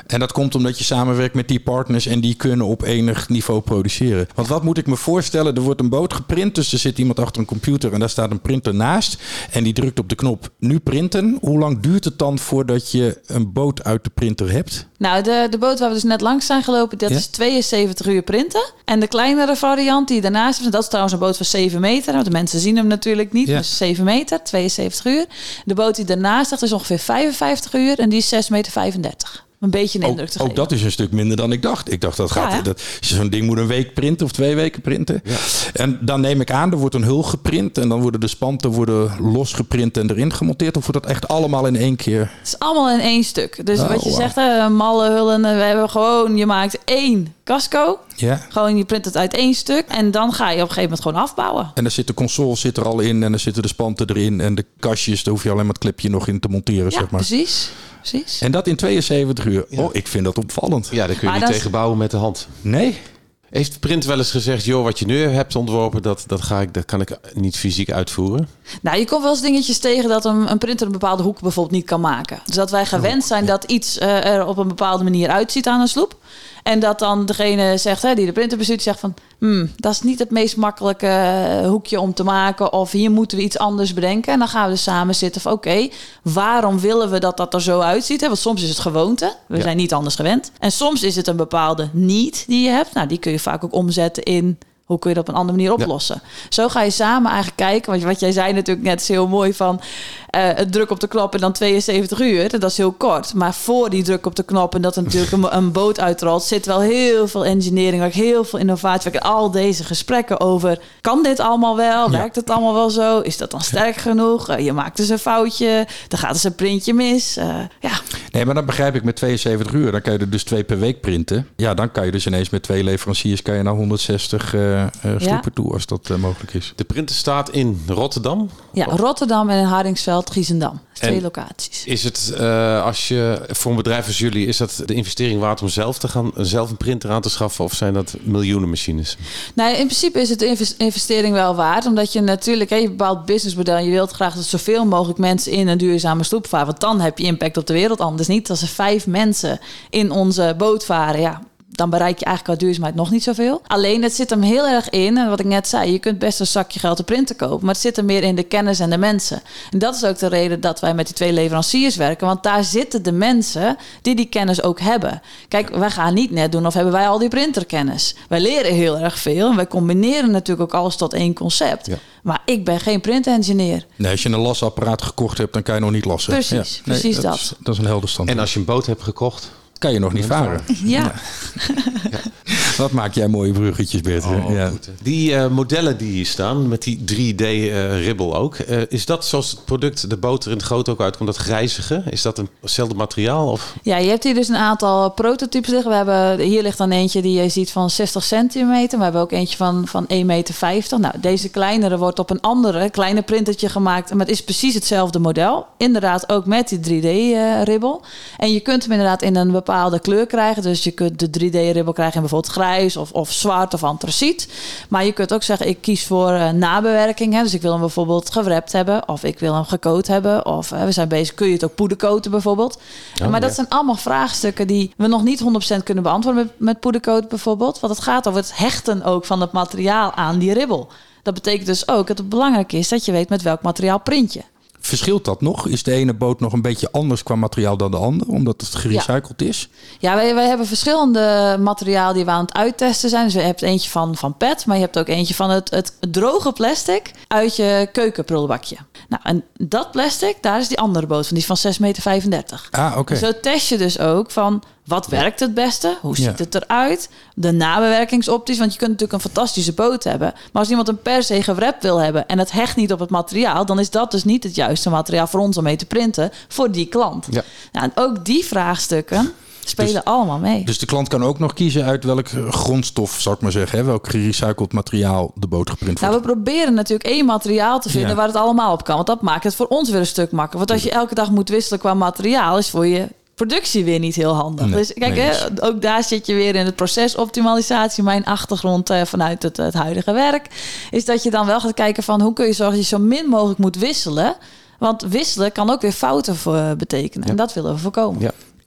En dat komt omdat je samenwerkt met die partners en die kunnen op enig niveau produceren. Want wat moet ik me voorstellen? Er wordt een boot geprint, dus er zit iemand achter een computer en daar staat een printer naast. En die drukt op de knop nu printen. Hoe lang duurt het dan voordat je een boot uit de printer hebt? Nou, de, de boot waar we dus net langs zijn gelopen, dat ja? is tweeënzeventig uur printen. En de kleinere variant die daarnaast is, dat is trouwens een boot van zeven meter. Want de mensen zien hem natuurlijk niet, ja. Dus zeven meter, tweeënzeventig uur. De boot die daarnaast ligt is ongeveer vijfenvijftig uur en die is zes meter vijfendertig. Een beetje een indruk te geven. Ook dat is een stuk minder dan ik dacht. Ik dacht dat gaat. Ja, dat, zo'n ding moet een week printen of twee weken printen. Ja. En dan neem ik aan, er wordt een hul geprint en dan worden de spanten worden losgeprint en erin gemonteerd. Of wordt dat echt allemaal in één keer? Het is allemaal in één stuk. Dus oh, wat je wow. zegt, hè, malle hullen. We hebben gewoon, je maakt één casco. Ja. Gewoon, je print het uit één stuk. En dan ga je op een gegeven moment gewoon afbouwen. En dan zit de console zit er al in en dan zitten de spanten erin. En de kastjes, daar hoef je alleen maar het clipje nog in te monteren. Ja, zeg maar. precies. Precies. En dat in tweeënzeventig uur. Ja. Oh, ik vind dat opvallend. Ja, daar kun je maar niet dat... tegenbouwen met de hand. Nee. Heeft Print wel eens gezegd, joh, wat je nu hebt ontworpen, dat, dat, ga ik, dat kan ik niet fysiek uitvoeren? Nou, je komt wel eens dingetjes tegen dat een, een printer een bepaalde hoek bijvoorbeeld niet kan maken. Dus dat wij gewend zijn dat iets uh, er op een bepaalde manier uitziet aan een sloep. En dat dan degene zegt, hè, die de printer bestuurt, zegt van... Hmm, dat is niet het meest makkelijke uh, hoekje om te maken. Of hier moeten we iets anders bedenken. En dan gaan we dus samen zitten van... Oké, okay, waarom willen we dat dat er zo uitziet? Hè? Want soms is het gewoonte. We ja. zijn niet anders gewend. En soms is het een bepaalde need die je hebt. Nou, die kun je vaak ook omzetten in... Hoe kun je dat op een andere manier oplossen? Ja. Zo ga je samen eigenlijk kijken. Want wat jij zei natuurlijk net is heel mooi van... Uh, het druk op de knop en dan tweeënzeventig uur. Dat is heel kort. Maar voor die druk op de knop en dat er natuurlijk een, een boot uitrolt... zit wel heel veel engineering, heel veel innovatie. En al deze gesprekken over... Kan dit allemaal wel? Ja. Werkt het allemaal wel zo? Is dat dan sterk genoeg? Uh, je maakt dus een foutje. Dan gaat dus een printje mis. Uh, ja. Nee, maar dan begrijp ik met tweeënzeventig uur. Dan kan je er dus twee per week printen. Ja, dan kan je dus ineens met twee leveranciers... kan je naar honderdzestig uh, uh, sloepen ja. toe als dat uh, mogelijk is. De printer staat in Rotterdam? Ja, Rotterdam en in Haringsveld. Giesendam. Twee locaties. Is het, uh, als je voor een bedrijf als jullie, is dat de investering waard om zelf te gaan, zelf een printer aan te schaffen, of zijn dat miljoenen machines? Nou, in principe is het de investering wel waard, omdat je natuurlijk, hè, je bepaalt businessmodel en je wilt graag dat zoveel mogelijk mensen in een duurzame sloep varen, want dan heb je impact op de wereld. Anders niet. Als er vijf mensen in onze boot varen, ja, dan bereik je eigenlijk qua duurzaamheid nog niet zoveel. Alleen het zit hem heel erg in, en wat ik net zei, je kunt best een zakje geld te printen kopen, maar het zit er meer in de kennis en de mensen. En dat is ook de reden dat wij met die twee leveranciers werken, want daar zitten de mensen die die kennis ook hebben. Kijk, wij gaan niet net doen of hebben wij al die printerkennis. Wij leren heel erg veel en wij combineren natuurlijk ook alles tot één concept. Ja. Maar ik ben geen printengineer. Nee, als je een lasapparaat gekocht hebt, dan kan je nog niet lassen. Precies, ja. nee, precies dat. Dat is, dat is een helder standpunt. En als je een boot hebt gekocht, kan je nog niet varen. Ja. ja. ja. Wat maak jij mooie bruggetjes, Bert. Oh, ja. goed, die uh, modellen die hier staan, met die drie D-ribbel uh, ook. Uh, is dat zoals het product, de boot er in het groot ook uitkomt, dat grijzige? Is dat een, hetzelfde materiaal? Of? Ja, je hebt hier dus een aantal prototypes liggen. We hebben, hier ligt dan eentje die je ziet van zestig centimeter. We hebben ook eentje van, van één meter vijftig. Nou, deze kleinere wordt op een andere, kleine printertje gemaakt. Maar het is precies hetzelfde model. Inderdaad ook met die drie D-ribbel. En je kunt hem inderdaad in een bepaalde kleur krijgen. Dus je kunt de drie D-ribbel krijgen in bijvoorbeeld grijs of, of zwart of antraciet. Maar je kunt ook zeggen, ik kies voor uh, nabewerking. Hè. Dus ik wil hem bijvoorbeeld gewrapt hebben. Of ik wil hem gecoat hebben. Of uh, we zijn bezig, kun je het ook poedercoaten bijvoorbeeld. Oh, maar dat ja. zijn allemaal vraagstukken die we nog niet honderd procent kunnen beantwoorden met, met poedercoat bijvoorbeeld. Want het gaat over het hechten ook van het materiaal aan die ribbel. Dat betekent dus ook dat het belangrijk is dat je weet met welk materiaal print je. Verschilt dat nog? Is de ene boot nog een beetje anders qua materiaal dan de andere, omdat het gerecycled ja. is? Ja, wij, wij hebben verschillende materialen die we aan het uittesten zijn. Dus je hebt eentje van, van P E T, maar je hebt ook eentje van het, het droge plastic uit je keukenprullenbakje. Nou, en dat plastic, daar is die andere boot van, die is van zes meter vijfendertig. Ah, oké. Okay. Zo test je dus ook van, wat werkt het beste? Hoe ziet ja. het eruit? De nabewerkingsopties, want je kunt natuurlijk een fantastische boot hebben. Maar als iemand een per se gewrapt wil hebben en het hecht niet op het materiaal, dan is dat dus niet het juiste materiaal voor ons om mee te printen voor die klant. Ja. Nou, en ook die vraagstukken spelen dus, allemaal mee. Dus de klant kan ook nog kiezen uit welk grondstof, zou ik maar zeggen, hè, welk gerecycled materiaal de boot geprint wordt. Nou, we proberen natuurlijk één materiaal te vinden ja. waar het allemaal op kan. Want dat maakt het voor ons weer een stuk makkelijker. Want als je elke dag moet wisselen qua materiaal, is voor je productie weer niet heel handig. Nee, dus kijk, nee, hè, ook daar zit je weer in het procesoptimalisatie. Mijn achtergrond uh, vanuit het, het huidige werk is dat je dan wel gaat kijken van hoe kun je zorgen dat je zo min mogelijk moet wisselen. Want wisselen kan ook weer fouten voor betekenen. Ja. En dat willen we voorkomen. Ja.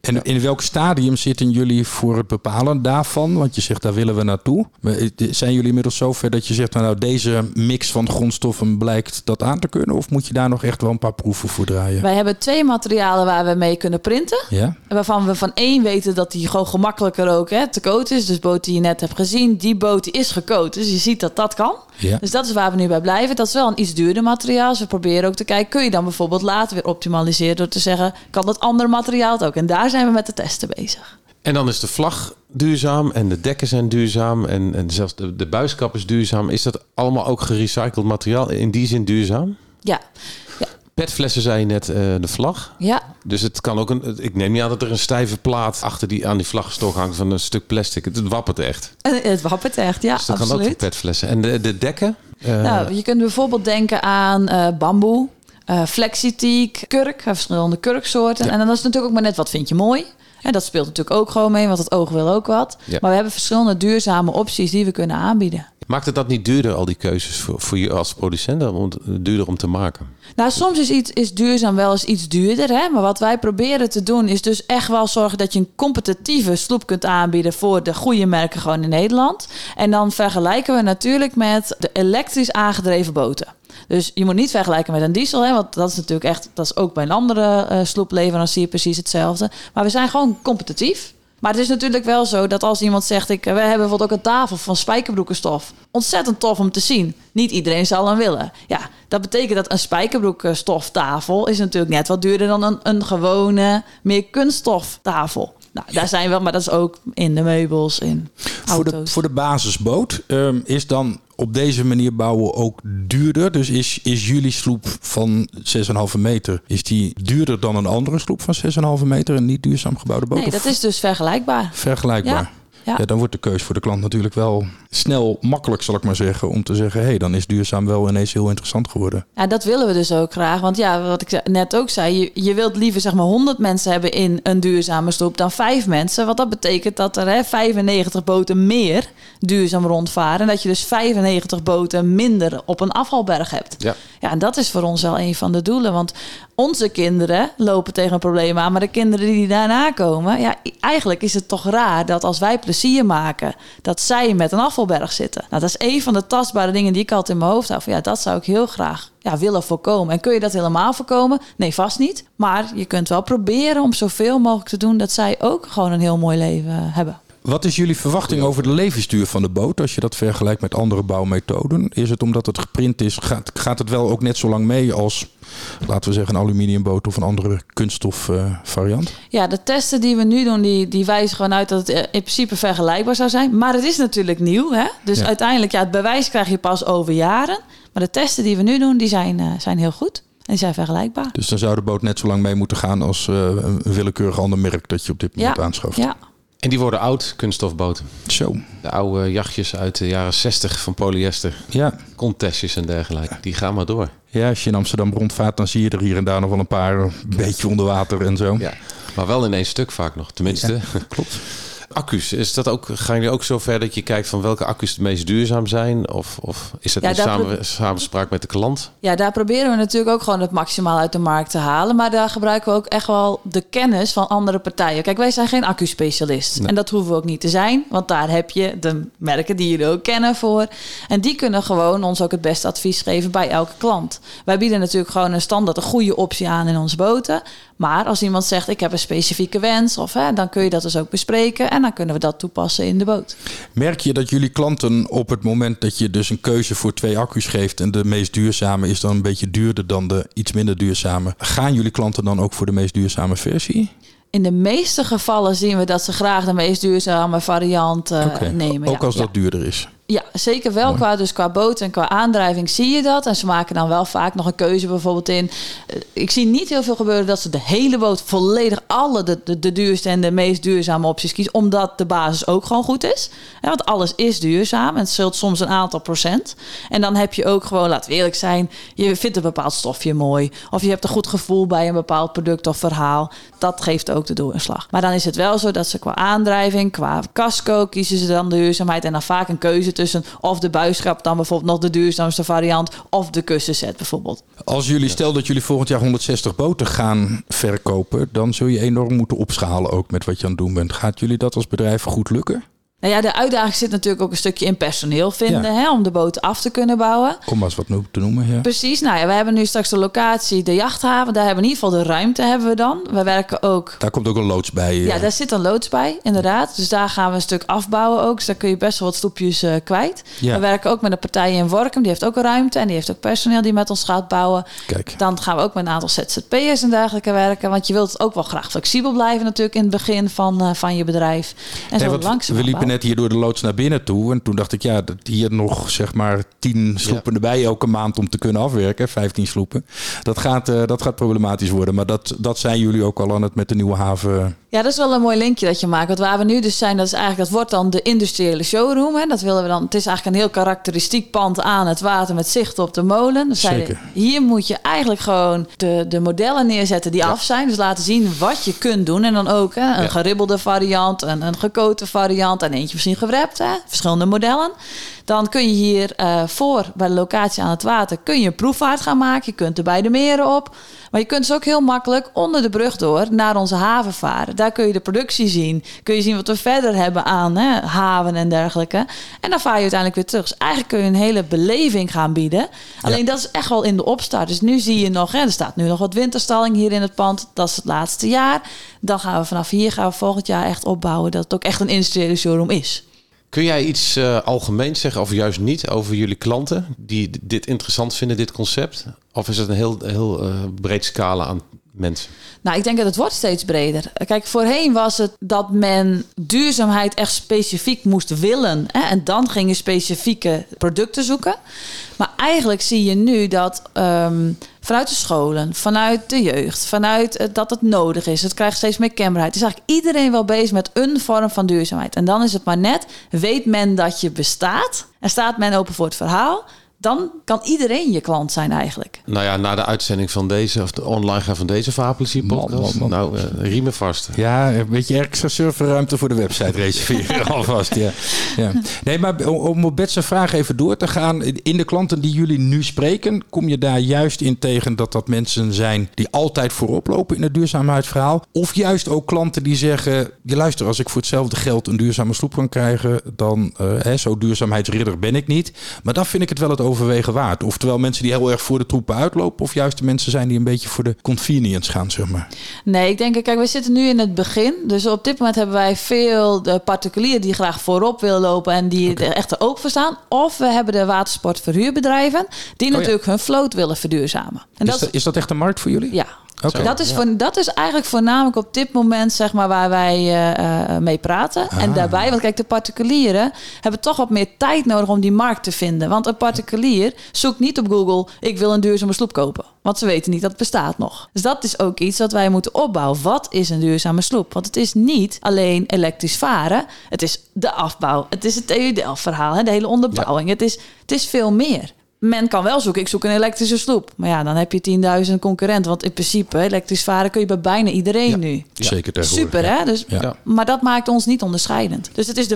En in welk stadium zitten jullie voor het bepalen daarvan? Want je zegt, daar willen we naartoe. Zijn jullie inmiddels zover dat je zegt, nou deze mix van grondstoffen blijkt dat aan te kunnen? Of moet je daar nog echt wel een paar proeven voor draaien? Wij hebben twee materialen waar we mee kunnen printen. Ja? Waarvan we van één weten dat die gewoon gemakkelijker ook hè, te coaten is. Dus boot die je net hebt gezien, die boot die is gecoat. Dus je ziet dat dat kan. Ja. Dus dat is waar we nu bij blijven. Dat is wel een iets duurder materiaal. Dus we proberen ook te kijken, kun je dan bijvoorbeeld later weer optimaliseren door te zeggen, kan dat andere materiaal het ook? En daar zijn we met de testen bezig. En dan is de vlag duurzaam en de dekken zijn duurzaam en, en zelfs de, de buiskap is duurzaam. Is dat allemaal ook gerecycled materiaal? In die zin duurzaam? Ja. ja. Petflessen zei je net, uh, de vlag. Ja. Dus het kan ook een. Ik neem niet aan dat er een stijve plaat achter die aan die vlagstok hangt van een stuk plastic. Het, het wappert echt. Het wappert echt, ja. Dus dat absoluut. kan ook voor petflessen. En de, de dekken? Uh, nou, je kunt bijvoorbeeld denken aan uh, bamboe, uh, flexitiek, kurk, verschillende kurksoorten. Ja. En dan is het natuurlijk ook maar net wat vind je mooi. En dat speelt natuurlijk ook gewoon mee, want het oog wil ook wat. Ja. Maar we hebben verschillende duurzame opties die we kunnen aanbieden. Maakt het dat niet duurder, al die keuzes voor, voor je als producent, om duurder om te maken? Nou, soms is, iets, is duurzaam wel eens iets duurder. Hè? Maar wat wij proberen te doen is dus echt wel zorgen dat je een competitieve sloep kunt aanbieden voor de goede merken gewoon in Nederland. En dan vergelijken we natuurlijk met de elektrisch aangedreven boten. Dus je moet niet vergelijken met een diesel, hè, want dat is natuurlijk echt, dat is ook bij een andere uh, sloepleverancier precies hetzelfde. Maar we zijn gewoon competitief. Maar het is natuurlijk wel zo dat als iemand zegt, ik, we hebben bijvoorbeeld ook een tafel van spijkerbroekenstof. Ontzettend tof om te zien. Niet iedereen zal hem willen. Ja, dat betekent dat een spijkerbroekenstoftafel is natuurlijk net wat duurder dan een, een gewone, meer kunststoftafel. Nou, daar zijn we, maar dat is ook in de meubels, in auto's. Voor de, voor de basisboot um, is dan op deze manier bouwen ook duurder. Dus is, is jullie sloep van zes komma vijf meter, is die duurder dan een andere sloep van zes komma vijf meter, een niet duurzaam gebouwde boot? Nee, dat is dus vergelijkbaar. Vergelijkbaar. Ja. Ja. Ja, dan wordt de keus voor de klant natuurlijk wel snel makkelijk, zal ik maar zeggen, om te zeggen, hé, hey, dan is duurzaam wel ineens heel interessant geworden. Ja, dat willen we dus ook graag. Want ja, wat ik net ook zei, je, je wilt liever zeg maar honderd mensen hebben in een duurzame sloep dan vijf mensen. Want dat betekent dat er hè, vijfennegentig boten meer duurzaam rondvaren. En dat je dus vijfennegentig boten minder op een afvalberg hebt. Ja. Ja, en dat is voor ons wel een van de doelen. Want onze kinderen lopen tegen een probleem aan, maar de kinderen die daarna komen, ja, eigenlijk is het toch raar dat als wij plezier maken, dat zij met een afvalberg zitten. Nou, dat is een van de tastbare dingen die ik altijd in mijn hoofd hou. Van, ja, dat zou ik heel graag ja, willen voorkomen. En kun je dat helemaal voorkomen? Nee, vast niet. Maar je kunt wel proberen om zoveel mogelijk te doen dat zij ook gewoon een heel mooi leven hebben. Wat is jullie verwachting over de levensduur van de boot als je dat vergelijkt met andere bouwmethoden? Is het omdat het geprint is, gaat, gaat het wel ook net zo lang mee als, laten we zeggen, een aluminiumboot of een andere kunststof uh, variant? Ja, de testen die we nu doen, die, die wijzen gewoon uit dat het in principe vergelijkbaar zou zijn. Maar het is natuurlijk nieuw, hè? Dus ja. uiteindelijk, ja, het bewijs krijg je pas over jaren. Maar de testen die we nu doen, die zijn, uh, zijn heel goed. En die zijn vergelijkbaar. Dus dan zou de boot net zo lang mee moeten gaan als uh, een willekeurig ander merk dat je op dit moment ja. aanschaft. Ja. En die worden oud, kunststofboten. Zo. De oude jachtjes uit de jaren zestig van polyester. Ja. Contestjes en dergelijke. Die gaan maar door. Ja, als je in Amsterdam rondvaart, dan zie je er hier en daar nog wel een paar een beetje onder water en zo. Ja, maar wel in één stuk vaak nog. Tenminste. Ja, klopt. Accu's, is dat ook, gaan jullie ook zo ver dat je kijkt van welke accu's het meest duurzaam zijn? Of, of is dat ja, in samen, pro- samenspraak met de klant? Ja, daar proberen we natuurlijk ook gewoon het maximaal uit de markt te halen. Maar daar gebruiken we ook echt wel de kennis van andere partijen. Kijk, wij zijn geen accu-specialist. Nee. En dat hoeven we ook niet te zijn. Want daar heb je de merken die jullie ook kennen voor. En die kunnen gewoon ons ook het beste advies geven bij elke klant. Wij bieden natuurlijk gewoon een standaard, een goede optie aan in onze boten. Maar als iemand zegt, ik heb een specifieke wens, of, hè, dan kun je dat dus ook bespreken. En dan kunnen we dat toepassen in de boot. Merk je dat jullie klanten op het moment dat je dus een keuze voor twee accu's geeft en de meest duurzame is dan een beetje duurder dan de iets minder duurzame, gaan jullie klanten dan ook voor de meest duurzame versie? In de meeste gevallen zien we dat ze graag de meest duurzame variant uh, okay. nemen. Ook ja, als ja. dat duurder is? Ja, zeker wel. Qua, dus qua boot en qua aandrijving zie je dat. En ze maken dan wel vaak nog een keuze bijvoorbeeld in. Ik zie niet heel veel gebeuren dat ze de hele boot volledig alle de, de, de duurste en de meest duurzame opties kiezen. Omdat de basis ook gewoon goed is. Ja, want alles is duurzaam. En het scheelt soms een aantal procent. En dan heb je ook gewoon, laten we eerlijk zijn, je vindt een bepaald stofje mooi. Of je hebt een goed gevoel bij een bepaald product of verhaal. Dat geeft ook de doorslag. Maar dan is het wel zo dat ze qua aandrijving, qua casco kiezen ze dan de duurzaamheid. En dan vaak een keuze tussen een, of de buiskap dan bijvoorbeeld nog de duurzaamste variant, of de kussenset bijvoorbeeld. Als jullie, stel dat jullie volgend jaar honderdzestig boten gaan verkopen, dan zul je enorm moeten opschalen ook met wat je aan het doen bent. Gaat jullie dat als bedrijf goed lukken? Nou ja, de uitdaging zit natuurlijk ook een stukje in personeel vinden, Ja. hè, om de boten af te kunnen bouwen. Om maar eens wat te noemen. Ja. Precies. Nou ja, we hebben nu straks de locatie, de jachthaven. Daar hebben we in ieder geval de ruimte hebben we dan. We werken ook. Daar komt ook een loods bij. Ja, uh, daar zit een loods bij, inderdaad. Dus daar gaan we een stuk afbouwen ook. Dus daar kun je best wel wat stoepjes uh, kwijt. Ja. We werken ook met een partij in Workum. Die heeft ook een ruimte en die heeft ook personeel die met ons gaat bouwen. Kijk. Dan gaan we ook met een aantal Z Z P'ers en dergelijke werken. Want je wilt het ook wel graag flexibel blijven natuurlijk in het begin van, uh, van je bedrijf. En Nee, zo want langzaam we liepen bouwen. net hier door de loods naar binnen toe. En toen dacht ik, ja, dat hier nog zeg maar tien sloepen Ja. erbij elke maand om te kunnen afwerken. vijftien sloepen. Dat gaat, uh, dat gaat problematisch worden. Maar dat, dat zijn jullie ook al aan het met de nieuwe haven. Ja, dat is wel een mooi linkje dat je maakt. Want waar we nu dus zijn, dat is eigenlijk, dat wordt dan de industriële showroom. Hè. Dat willen we dan. Het is eigenlijk een heel karakteristiek pand aan het water met zicht op de molen. Dus zeiden, Zeker. hier moet je eigenlijk gewoon de, de modellen neerzetten die af zijn. Dus laten zien wat je kunt doen. En dan ook hè, een Ja. geribbelde variant, een, een gekoten variant en eentje misschien gewrapt. Hè. Verschillende modellen. Dan kun je hier uh, voor bij de locatie aan het water kun je een proefvaart gaan maken. Je kunt er bij de meren op. Maar je kunt dus ook heel makkelijk onder de brug door naar onze haven varen. Daar kun je de productie zien. Kun je zien wat we verder hebben aan hè, haven en dergelijke. En dan vaar je uiteindelijk weer terug. Dus eigenlijk kun je een hele beleving gaan bieden. Alleen dat is echt wel in de opstart. Dus nu zie je nog, hè, er staat nu nog wat winterstalling hier in het pand. Dat is het laatste jaar. Dan gaan we vanaf hier gaan we volgend jaar echt opbouwen dat het ook echt een industriële showroom is. Kun jij iets uh, algemeens zeggen, of juist niet, over jullie klanten die d- dit interessant vinden, dit concept? Of is het een heel, heel uh, breed scala aan mensen? Nou, ik denk dat het wordt steeds breder. Kijk, voorheen was het dat men duurzaamheid echt specifiek moest willen. Hè? En dan ging je specifieke producten zoeken. Maar eigenlijk zie je nu dat um, vanuit de scholen, vanuit de jeugd, vanuit uh, dat het nodig is. Het krijgt steeds meer kenbaarheid. Het is eigenlijk iedereen wel bezig met een vorm van duurzaamheid. En dan is het maar net, weet men dat je bestaat en staat men open voor het verhaal, dan kan iedereen je klant zijn eigenlijk. Nou ja, na de uitzending van deze, of de online gaan van deze Vaarplezier podcast. Man, man, man. Nou, uh, riemen vast. Ja, een beetje extra serverruimte voor de website reserveren alvast. Ja. Ja. Nee, maar om op Bert zijn vraag even door te gaan. In de klanten die jullie nu spreken, kom je daar juist in tegen dat dat mensen zijn die altijd voorop lopen in het duurzaamheidsverhaal? Of juist ook klanten die zeggen, je luister, als ik voor hetzelfde geld een duurzame sloep kan krijgen, dan uh, hè, zo duurzaamheidsridder ben ik niet. Maar dan vind ik het wel het overwegen waard. Oftewel mensen die heel erg voor de troepen uitlopen, of juist de mensen zijn die een beetje voor de convenience gaan, zeg maar. Nee, ik denk, kijk, we zitten nu in het begin. Dus op dit moment hebben wij veel de particulieren die graag voorop willen lopen en die okay. er echt open voor staan. Of we hebben de watersportverhuurbedrijven die oh, natuurlijk ja. hun vloot willen verduurzamen. En is, dat dat, is dat echt een markt voor jullie? Ja. Okay. Dat, is ja. voor, dat is eigenlijk voornamelijk op dit moment zeg maar, waar wij uh, mee praten. Ah. En daarbij, want kijk, de particulieren hebben toch wat meer tijd nodig om die markt te vinden. Want een particulier zoekt niet op Google, ik wil een duurzame sloep kopen. Want ze weten niet dat het bestaat nog. Dus dat is ook iets wat wij moeten opbouwen. Wat is een duurzame sloep? Want het is niet alleen elektrisch varen. Het is de afbouw. Het is het E U D E L-verhaal. Hè, de hele onderbouwing. Ja. Het, is, het is veel meer. Men kan wel zoeken, ik zoek een elektrische sloep. Maar ja, dan heb je tienduizend concurrenten. Want in principe, elektrisch varen kun je bij bijna iedereen ja, nu. Ja. Zeker tegenwoordig. Super, hè? Dus, ja. Maar dat maakt ons niet onderscheidend. Dus het is de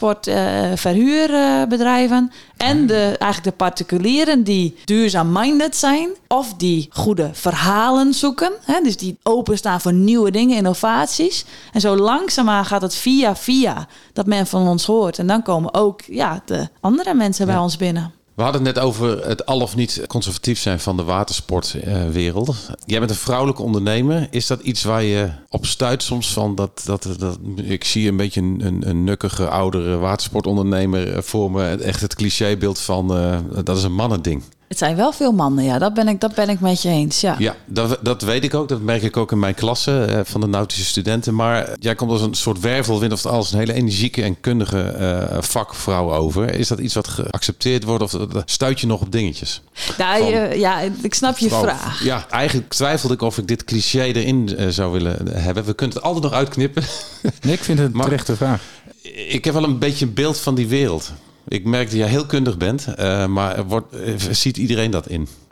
watersportverhuurbedrijven... Uh, en de, eigenlijk de particulieren die duurzaam-minded zijn... of die goede verhalen zoeken. Hè? Dus die openstaan voor nieuwe dingen, innovaties. En zo langzaamaan gaat het via via dat men van ons hoort. En dan komen ook ja, de andere mensen ja. bij ons binnen. We hadden het net over het al of niet conservatief zijn van de watersportwereld. Uh, Jij bent een vrouwelijke ondernemer. Is dat iets waar je op stuit soms van? Dat, dat, dat, ik zie een beetje een, een, een nukkige, oudere watersportondernemer voor me. Echt het clichébeeld van uh, dat is een mannending. Het zijn wel veel mannen, ja. Dat ben ik, dat ben ik met je eens, ja. Ja, dat, dat weet ik ook. Dat merk ik ook in mijn klasse uh, van de nautische studenten. Maar jij komt als een soort wervelwind of als een hele energieke en kundige uh, vakvrouw over. Is dat iets wat geaccepteerd wordt of stuit je nog op dingetjes? Nou, van, je, ja, ik snap je vrouw. vraag. Ja, eigenlijk twijfelde ik of ik dit cliché erin uh, zou willen hebben. We kunnen het altijd nog uitknippen. Nee, ik vind het een terechte vraag. Ik heb wel een beetje een beeld van die wereld. Ik merk dat jij heel kundig bent, uh, maar wordt, uh, ziet iedereen dat in?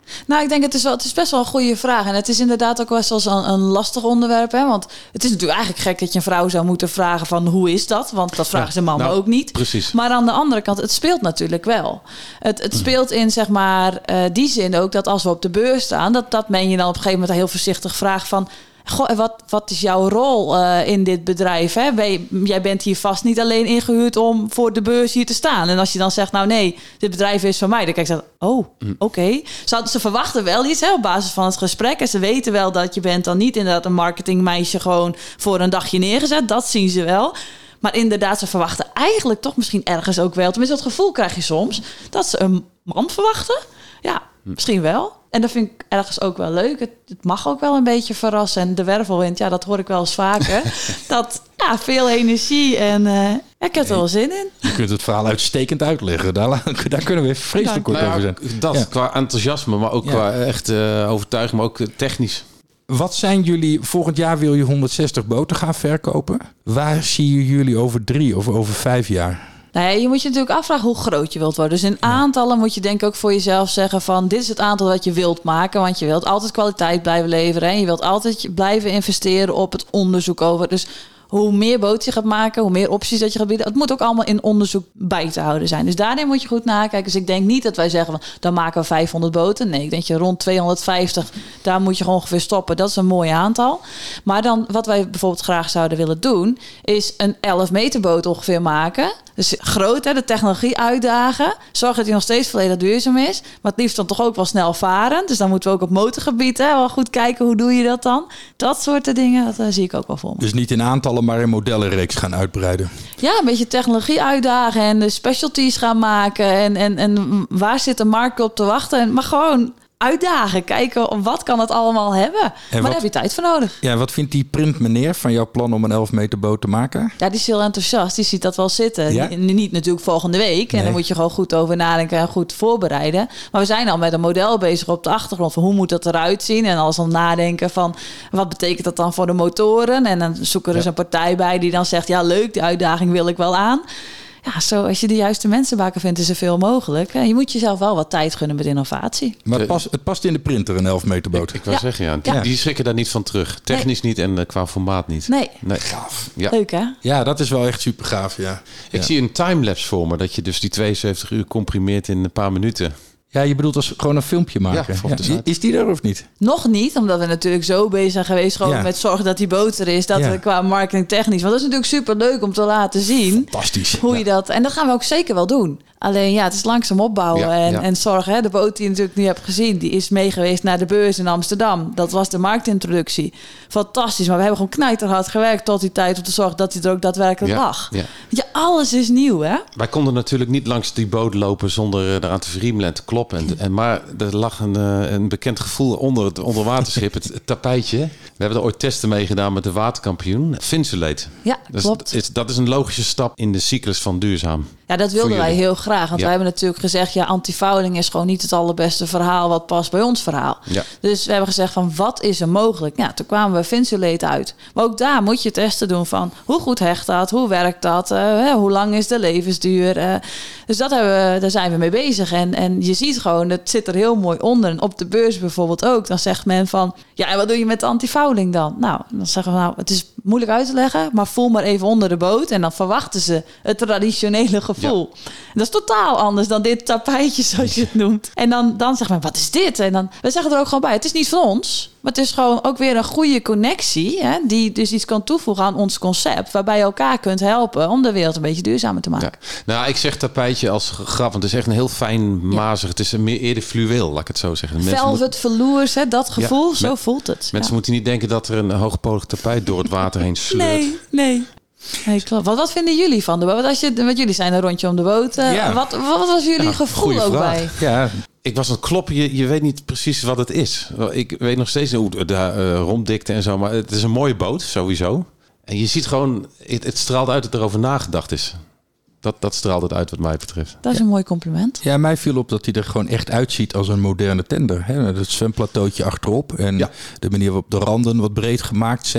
Nou, ik denk het is wel, het is best wel een goede vraag. En het is inderdaad ook wel eens een, een lastig onderwerp. Hè? Want het is natuurlijk eigenlijk gek dat je een vrouw zou moeten vragen van hoe is dat? Want dat vragen ja, ze man nou, ook niet. Precies. Maar aan de andere kant, het speelt natuurlijk wel. Het, het speelt in zeg maar uh, die zin ook dat als we op de beurs staan, dat, dat men je dan op een gegeven moment heel voorzichtig vraagt van, goh, wat, wat is jouw rol uh, in dit bedrijf? Hè? Ben je, jij bent hier vast niet alleen ingehuurd om voor de beurs hier te staan. En als je dan zegt, nou nee, dit bedrijf is van mij. Dan kijk je, oh, oké. Okay. Ze, ze verwachten wel iets hè, op basis van het gesprek. En ze weten wel dat je bent dan niet inderdaad een marketingmeisje gewoon voor een dagje neergezet. Dat zien ze wel. Maar inderdaad, ze verwachten eigenlijk toch misschien ergens ook wel. Tenminste, dat gevoel krijg je soms. Dat ze een man verwachten. Ja, misschien wel. En dat vind ik ergens ook wel leuk. Het, het mag ook wel een beetje verrassen. En de wervelwind, ja, dat hoor ik wel eens vaker. dat, ja, veel energie. En uh, ik heb er wel zin in. Je kunt het verhaal uitstekend uitleggen. Daar, daar kunnen we even vreselijk kort nou ja, over zijn. Dat, ja. qua enthousiasme, maar ook ja. qua echt uh, overtuiging, maar ook uh, technisch. Wat zijn jullie... Volgend jaar wil je honderdzestig boten gaan verkopen. Waar zie je jullie over drie of over vijf jaar? Nou ja, je moet je natuurlijk afvragen hoe groot je wilt worden. Dus in aantallen moet je denk ik ook voor jezelf zeggen van, dit is het aantal dat je wilt maken. Want je wilt altijd kwaliteit blijven leveren. En je wilt altijd blijven investeren op het onderzoek over. Dus hoe meer boten je gaat maken, hoe meer opties dat je gaat bieden. Het moet ook allemaal in onderzoek bij te houden zijn. Dus daarin moet je goed nakijken. Dus ik denk niet dat wij zeggen van, dan maken we vijfhonderd boten. Nee, ik denk je rond tweehonderdvijftig, daar moet je gewoon ongeveer stoppen. Dat is een mooi aantal. Maar dan, wat wij bijvoorbeeld graag zouden willen doen, is een elf meter boot ongeveer maken. Dus groot, hè, de technologie uitdagen. Zorg dat hij nog steeds volledig duurzaam is. Maar het liefst dan toch ook wel snel varen. Dus dan moeten we ook op motorgebied hè, wel goed kijken, hoe doe je dat dan? Dat soort dingen, dat uh, zie ik ook wel voor me. Dus niet in aantallen, maar in modellenreeks gaan uitbreiden. Ja, een beetje technologie uitdagen en de specialties gaan maken. En, en, en waar zit de markt op te wachten? En, maar gewoon uitdagen, kijken wat kan het allemaal hebben. En maar wat, daar heb je tijd voor nodig. Ja, wat vindt die print meneer van jouw plan om een elf meter boot te maken? Ja, die is heel enthousiast. Die ziet dat wel zitten. Ja? Niet, niet natuurlijk volgende week. Nee. En dan moet je gewoon goed over nadenken en goed voorbereiden. Maar we zijn al met een model bezig op de achtergrond van hoe moet dat eruit zien. En alles al nadenken van wat betekent dat dan voor de motoren. En dan zoeken er dus ja. een partij bij die dan zegt, ja leuk, die uitdaging wil ik wel aan. Ja, zo als je de juiste mensen bakken vindt, is er veel mogelijk. Je moet jezelf wel wat tijd gunnen met innovatie. Maar het past, het past in de printer, een elf meter boot. Ik, ik wou ja. zeggen, ja. Die, ja. die schrikken daar niet van terug. Technisch nee. niet en uh, qua formaat niet. Nee. nee. Gaaf. Ja. Leuk, hè? Ja, dat is wel echt super gaaf, ja. Ik ja. zie een timelapse voor me, dat je dus die tweeënzeventig uur comprimeert in een paar minuten. Ja, je bedoelt als gewoon een filmpje maken. Ja, ja. Is die er of niet? Nog niet, omdat we natuurlijk zo bezig zijn geweest gewoon ja. met zorgen dat die boot er is. Dat ja. we qua marketing technisch. Want dat is natuurlijk super leuk om te laten zien. Fantastisch. Hoe ja. je dat. En dat gaan we ook zeker wel doen. Alleen ja, het is langzaam opbouwen. Ja, en, ja. en zorgen. Hè, de boot die je natuurlijk nu hebt gezien, die is mee geweest naar de beurs in Amsterdam. Dat was de marktintroductie. Fantastisch. Maar we hebben gewoon knijterhard gewerkt tot die tijd om te zorgen dat hij er ook daadwerkelijk ja, lag. Ja. Ja, alles is nieuw, hè? Wij konden natuurlijk niet langs die boot lopen zonder eraan te friemelen en te kloppen. En, en, maar er lag een, een bekend gevoel onder het onderwaterschip, het, het tapijtje. We hebben er ooit testen mee gedaan met de waterkampioen, Vinsulate. Ja, dus klopt. Is, dat is een logische stap in de cyclus van duurzaam. Ja, dat wilden wij heel graag. Want ja. wij hebben natuurlijk gezegd, ja, antifouling is gewoon niet het allerbeste verhaal wat past bij ons verhaal. Ja. Dus we hebben gezegd van, wat is er mogelijk? Ja, toen kwamen we Vinsulate uit. Maar ook daar moet je testen doen van, hoe goed hecht dat? Hoe werkt dat? Uh, hoe lang is de levensduur? Uh, dus dat hebben we, daar zijn we mee bezig. En, en je ziet gewoon, het zit er heel mooi onder. En op de beurs bijvoorbeeld ook. Dan zegt men van, ja, en wat doe je met de antifouling dan? Nou, dan zeggen we, nou, het is moeilijk uit te leggen, maar voel maar even onder de boot. En dan verwachten ze het traditionele gevoel. Ja. Dat is totaal anders dan dit tapijtje, zoals je het noemt. En dan, dan zeg maar, wat is dit? En dan, we zeggen er ook gewoon bij, het is niet van ons. Maar het is gewoon ook weer een goede connectie. Hè, die dus iets kan toevoegen aan ons concept. Waarbij je elkaar kunt helpen om de wereld een beetje duurzamer te maken. Ja. Nou, ik zeg tapijtje als grap. Want het is echt een heel fijn mazig. Ja. Het is een meer eerder fluweel, laat ik het zo zeggen. Velvet, velours, hè, dat gevoel. Ja, zo met, voelt het. Mensen ja. moeten niet denken dat er een hoogpolig tapijt door het water heen sleurt. Nee, nee. Nee, klopt. Wat, wat vinden jullie van de boot? Als je, met jullie zijn een rondje om de boot. Uh, ja. wat, wat was jullie ja, gevoel ook vraag. bij? Ja, ik was aan het kloppen. Je, je weet niet precies wat het is. Ik weet nog steeds hoe de uh, romdikte en zo. Maar het is een mooie boot, sowieso. En je ziet gewoon, het, het straalt uit dat er over nagedacht is. Dat, dat straalt het uit wat mij betreft. Dat is een ja. mooi compliment. Ja, mij viel op dat hij er gewoon echt uitziet als een moderne tender. Hè? Het zwemplateautje achterop en ja. de manier waarop de randen wat breed gemaakt zijn.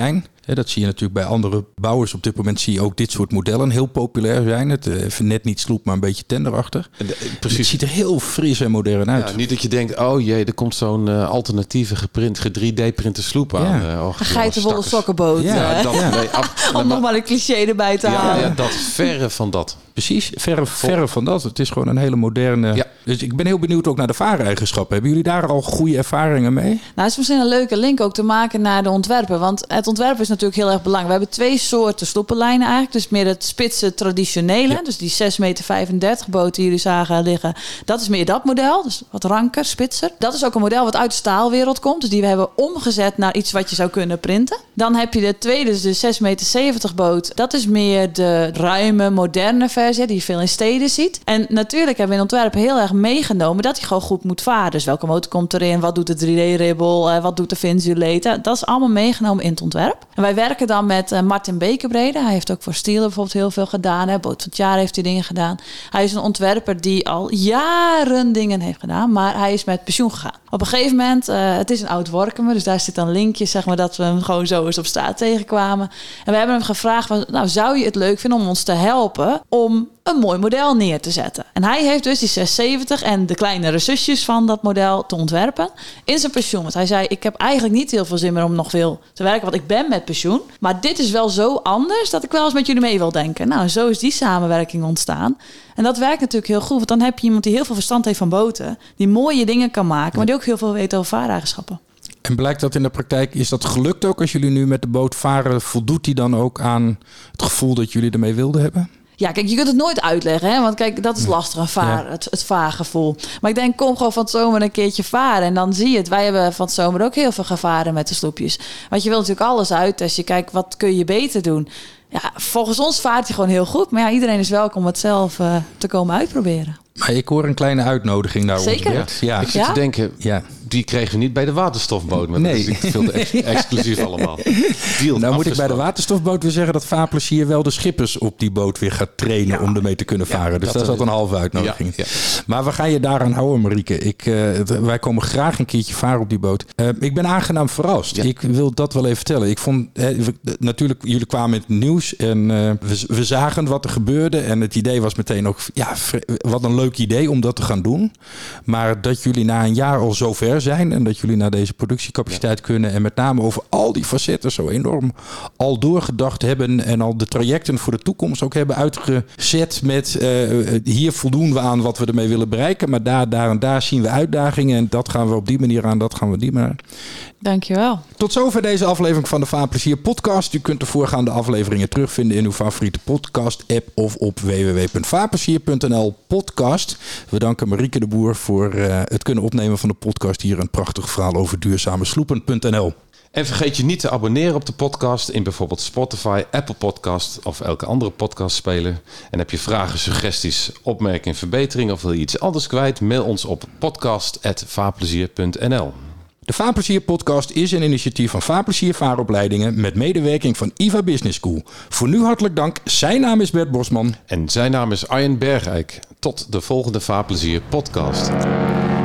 He, dat zie je natuurlijk bij andere bouwers. Op dit moment zie je ook dit soort modellen heel populair zijn. Het even net niet sloep, maar een beetje tenderachtig. Precies. Het ziet er heel fris en modern uit. Ja, niet dat je denkt, oh jee, er komt zo'n uh, alternatieve geprint, ge drie D-printe sloep aan. Ja. Uh, och, een geitenwolle sokkenboot. Ja, ja, dat, ja. Nee, ab, Om maar, nog maar een cliché erbij te ja, halen. Ja, dat verre van dat. Precies, verre, verre van dat. Het is gewoon een hele moderne... Ja. Dus ik ben heel benieuwd ook naar de vaareigenschappen. Hebben jullie daar al goede ervaringen mee? Nou, het is misschien een leuke link ook te maken naar de ontwerpen. Want het ontwerp is natuurlijk heel erg belangrijk. We hebben twee soorten sloepenlijnen eigenlijk. Dus meer het spitse traditionele. Ja. Dus die zes meter vijfendertig boot die jullie zagen liggen. Dat is meer dat model. Dus wat ranker, spitser. Dat is ook een model wat uit de staalwereld komt. Dus die we hebben omgezet naar iets wat je zou kunnen printen. Dan heb je de tweede, dus de zes meter zeventig boot. Dat is meer de ruime, moderne versie die je veel in steden ziet. En natuurlijk hebben we in ontwerpen heel erg meegenomen dat hij gewoon goed moet varen. Dus welke motor komt erin? Wat doet de drie D-ribbel? Wat doet de Vinsulate? Dat is allemaal meegenomen in het ontwerp. En wij werken dan met uh, Martin Bekerbrede. Hij heeft ook voor Stiel bijvoorbeeld heel veel gedaan. Hè. Boot van het jaar heeft hij dingen gedaan. Hij is een ontwerper die al jaren dingen heeft gedaan. Maar hij is met pensioen gegaan. Op een gegeven moment, uh, het is een oud Workumer. Dus daar zit dan linkjes, zeg maar, dat we hem gewoon zo eens op straat tegenkwamen. En we hebben hem gevraagd, van, nou, zou je het leuk vinden om ons te helpen om een mooi model neer te zetten? En hij heeft dus die zescenzeventig en de kleinere zusjes van dat model te ontwerpen in zijn pensioen. Want hij zei, ik heb eigenlijk niet heel veel zin meer om nog veel te werken, want ik ben met pensioen. Maar dit is wel zo anders dat ik wel eens met jullie mee wil denken. Nou, zo is die samenwerking ontstaan. En dat werkt natuurlijk heel goed, want dan heb je iemand die heel veel verstand heeft van boten, die mooie dingen kan maken, maar die ook heel veel weet over vaareigenschappen. En blijkt dat in de praktijk, is dat gelukt ook als jullie nu met de boot varen? Voldoet die dan ook aan het gevoel dat jullie ermee wilden hebben? Ja, kijk, je kunt het nooit uitleggen, hè? Want kijk, dat is lastig, een vaar, ja. het, het vaargevoel. Maar ik denk, kom gewoon van het zomer een keertje varen en dan zie je het. Wij hebben van het zomer ook heel veel gevaren met de sloepjes. Want je wilt natuurlijk alles uittesten. Je kijkt, wat kun je beter doen? Ja, volgens ons vaart hij gewoon heel goed. Maar ja, iedereen is welkom om het zelf uh, te komen uitproberen. Maar ik hoor een kleine uitnodiging naar Zeker. ons. Zeker. Ja. Ik zit ja? te denken, ja. Die kregen we niet bij de waterstofboot. Maar nee. Dat is veel te ex- exclusief allemaal. Deal nou moet ik bij de waterstofboot weer zeggen dat Vaarplezier wel de schippers op die boot weer gaat trainen ja. om ermee te kunnen varen. Ja, dus dat, dat is ook een halve uitnodiging. Ja, ja. Maar we gaan je daaraan houden, Marieke. Ik, uh, wij komen graag een keertje varen op die boot. Uh, ik ben aangenaam verrast. Ja. Ik wil dat wel even vertellen. Ik vond, hè, we, natuurlijk, jullie kwamen met het nieuws en uh, we, we zagen wat er gebeurde. En het idee was meteen ook, ja, wat een leuk idee om dat te gaan doen. Maar dat jullie na een jaar al zo ver zijn en dat jullie naar deze productiecapaciteit ja. kunnen en met name over al die facetten zo enorm al doorgedacht hebben en al de trajecten voor de toekomst ook hebben uitgezet met uh, hier voldoen we aan wat we ermee willen bereiken, maar daar, daar en daar zien we uitdagingen en dat gaan we op die manier aan, dat gaan we op die manier. Dankjewel. Tot zover deze aflevering van de Vaarplezier podcast. U kunt de voorgaande afleveringen terugvinden in uw favoriete podcast app of op w w w punt vaarplezier punt n l podcast. We danken Marieke de Boer voor uh, het kunnen opnemen van de podcast. Hier een prachtig verhaal over duurzame sloepen punt n l. En vergeet je niet te abonneren op de podcast in bijvoorbeeld Spotify, Apple Podcast of elke andere podcastspeler. En heb je vragen, suggesties, opmerkingen, verbeteringen of wil je iets anders kwijt? Mail ons op podcast apenstaartje vaarplezier punt n l. De Vaarplezier podcast is een initiatief van Vaarplezier Vaaropleidingen met medewerking van I V A Business School. Voor nu hartelijk dank. Zijn naam is Bert Bosman. En zijn naam is Arjen Bergijk. Tot de volgende Vaarplezier podcast.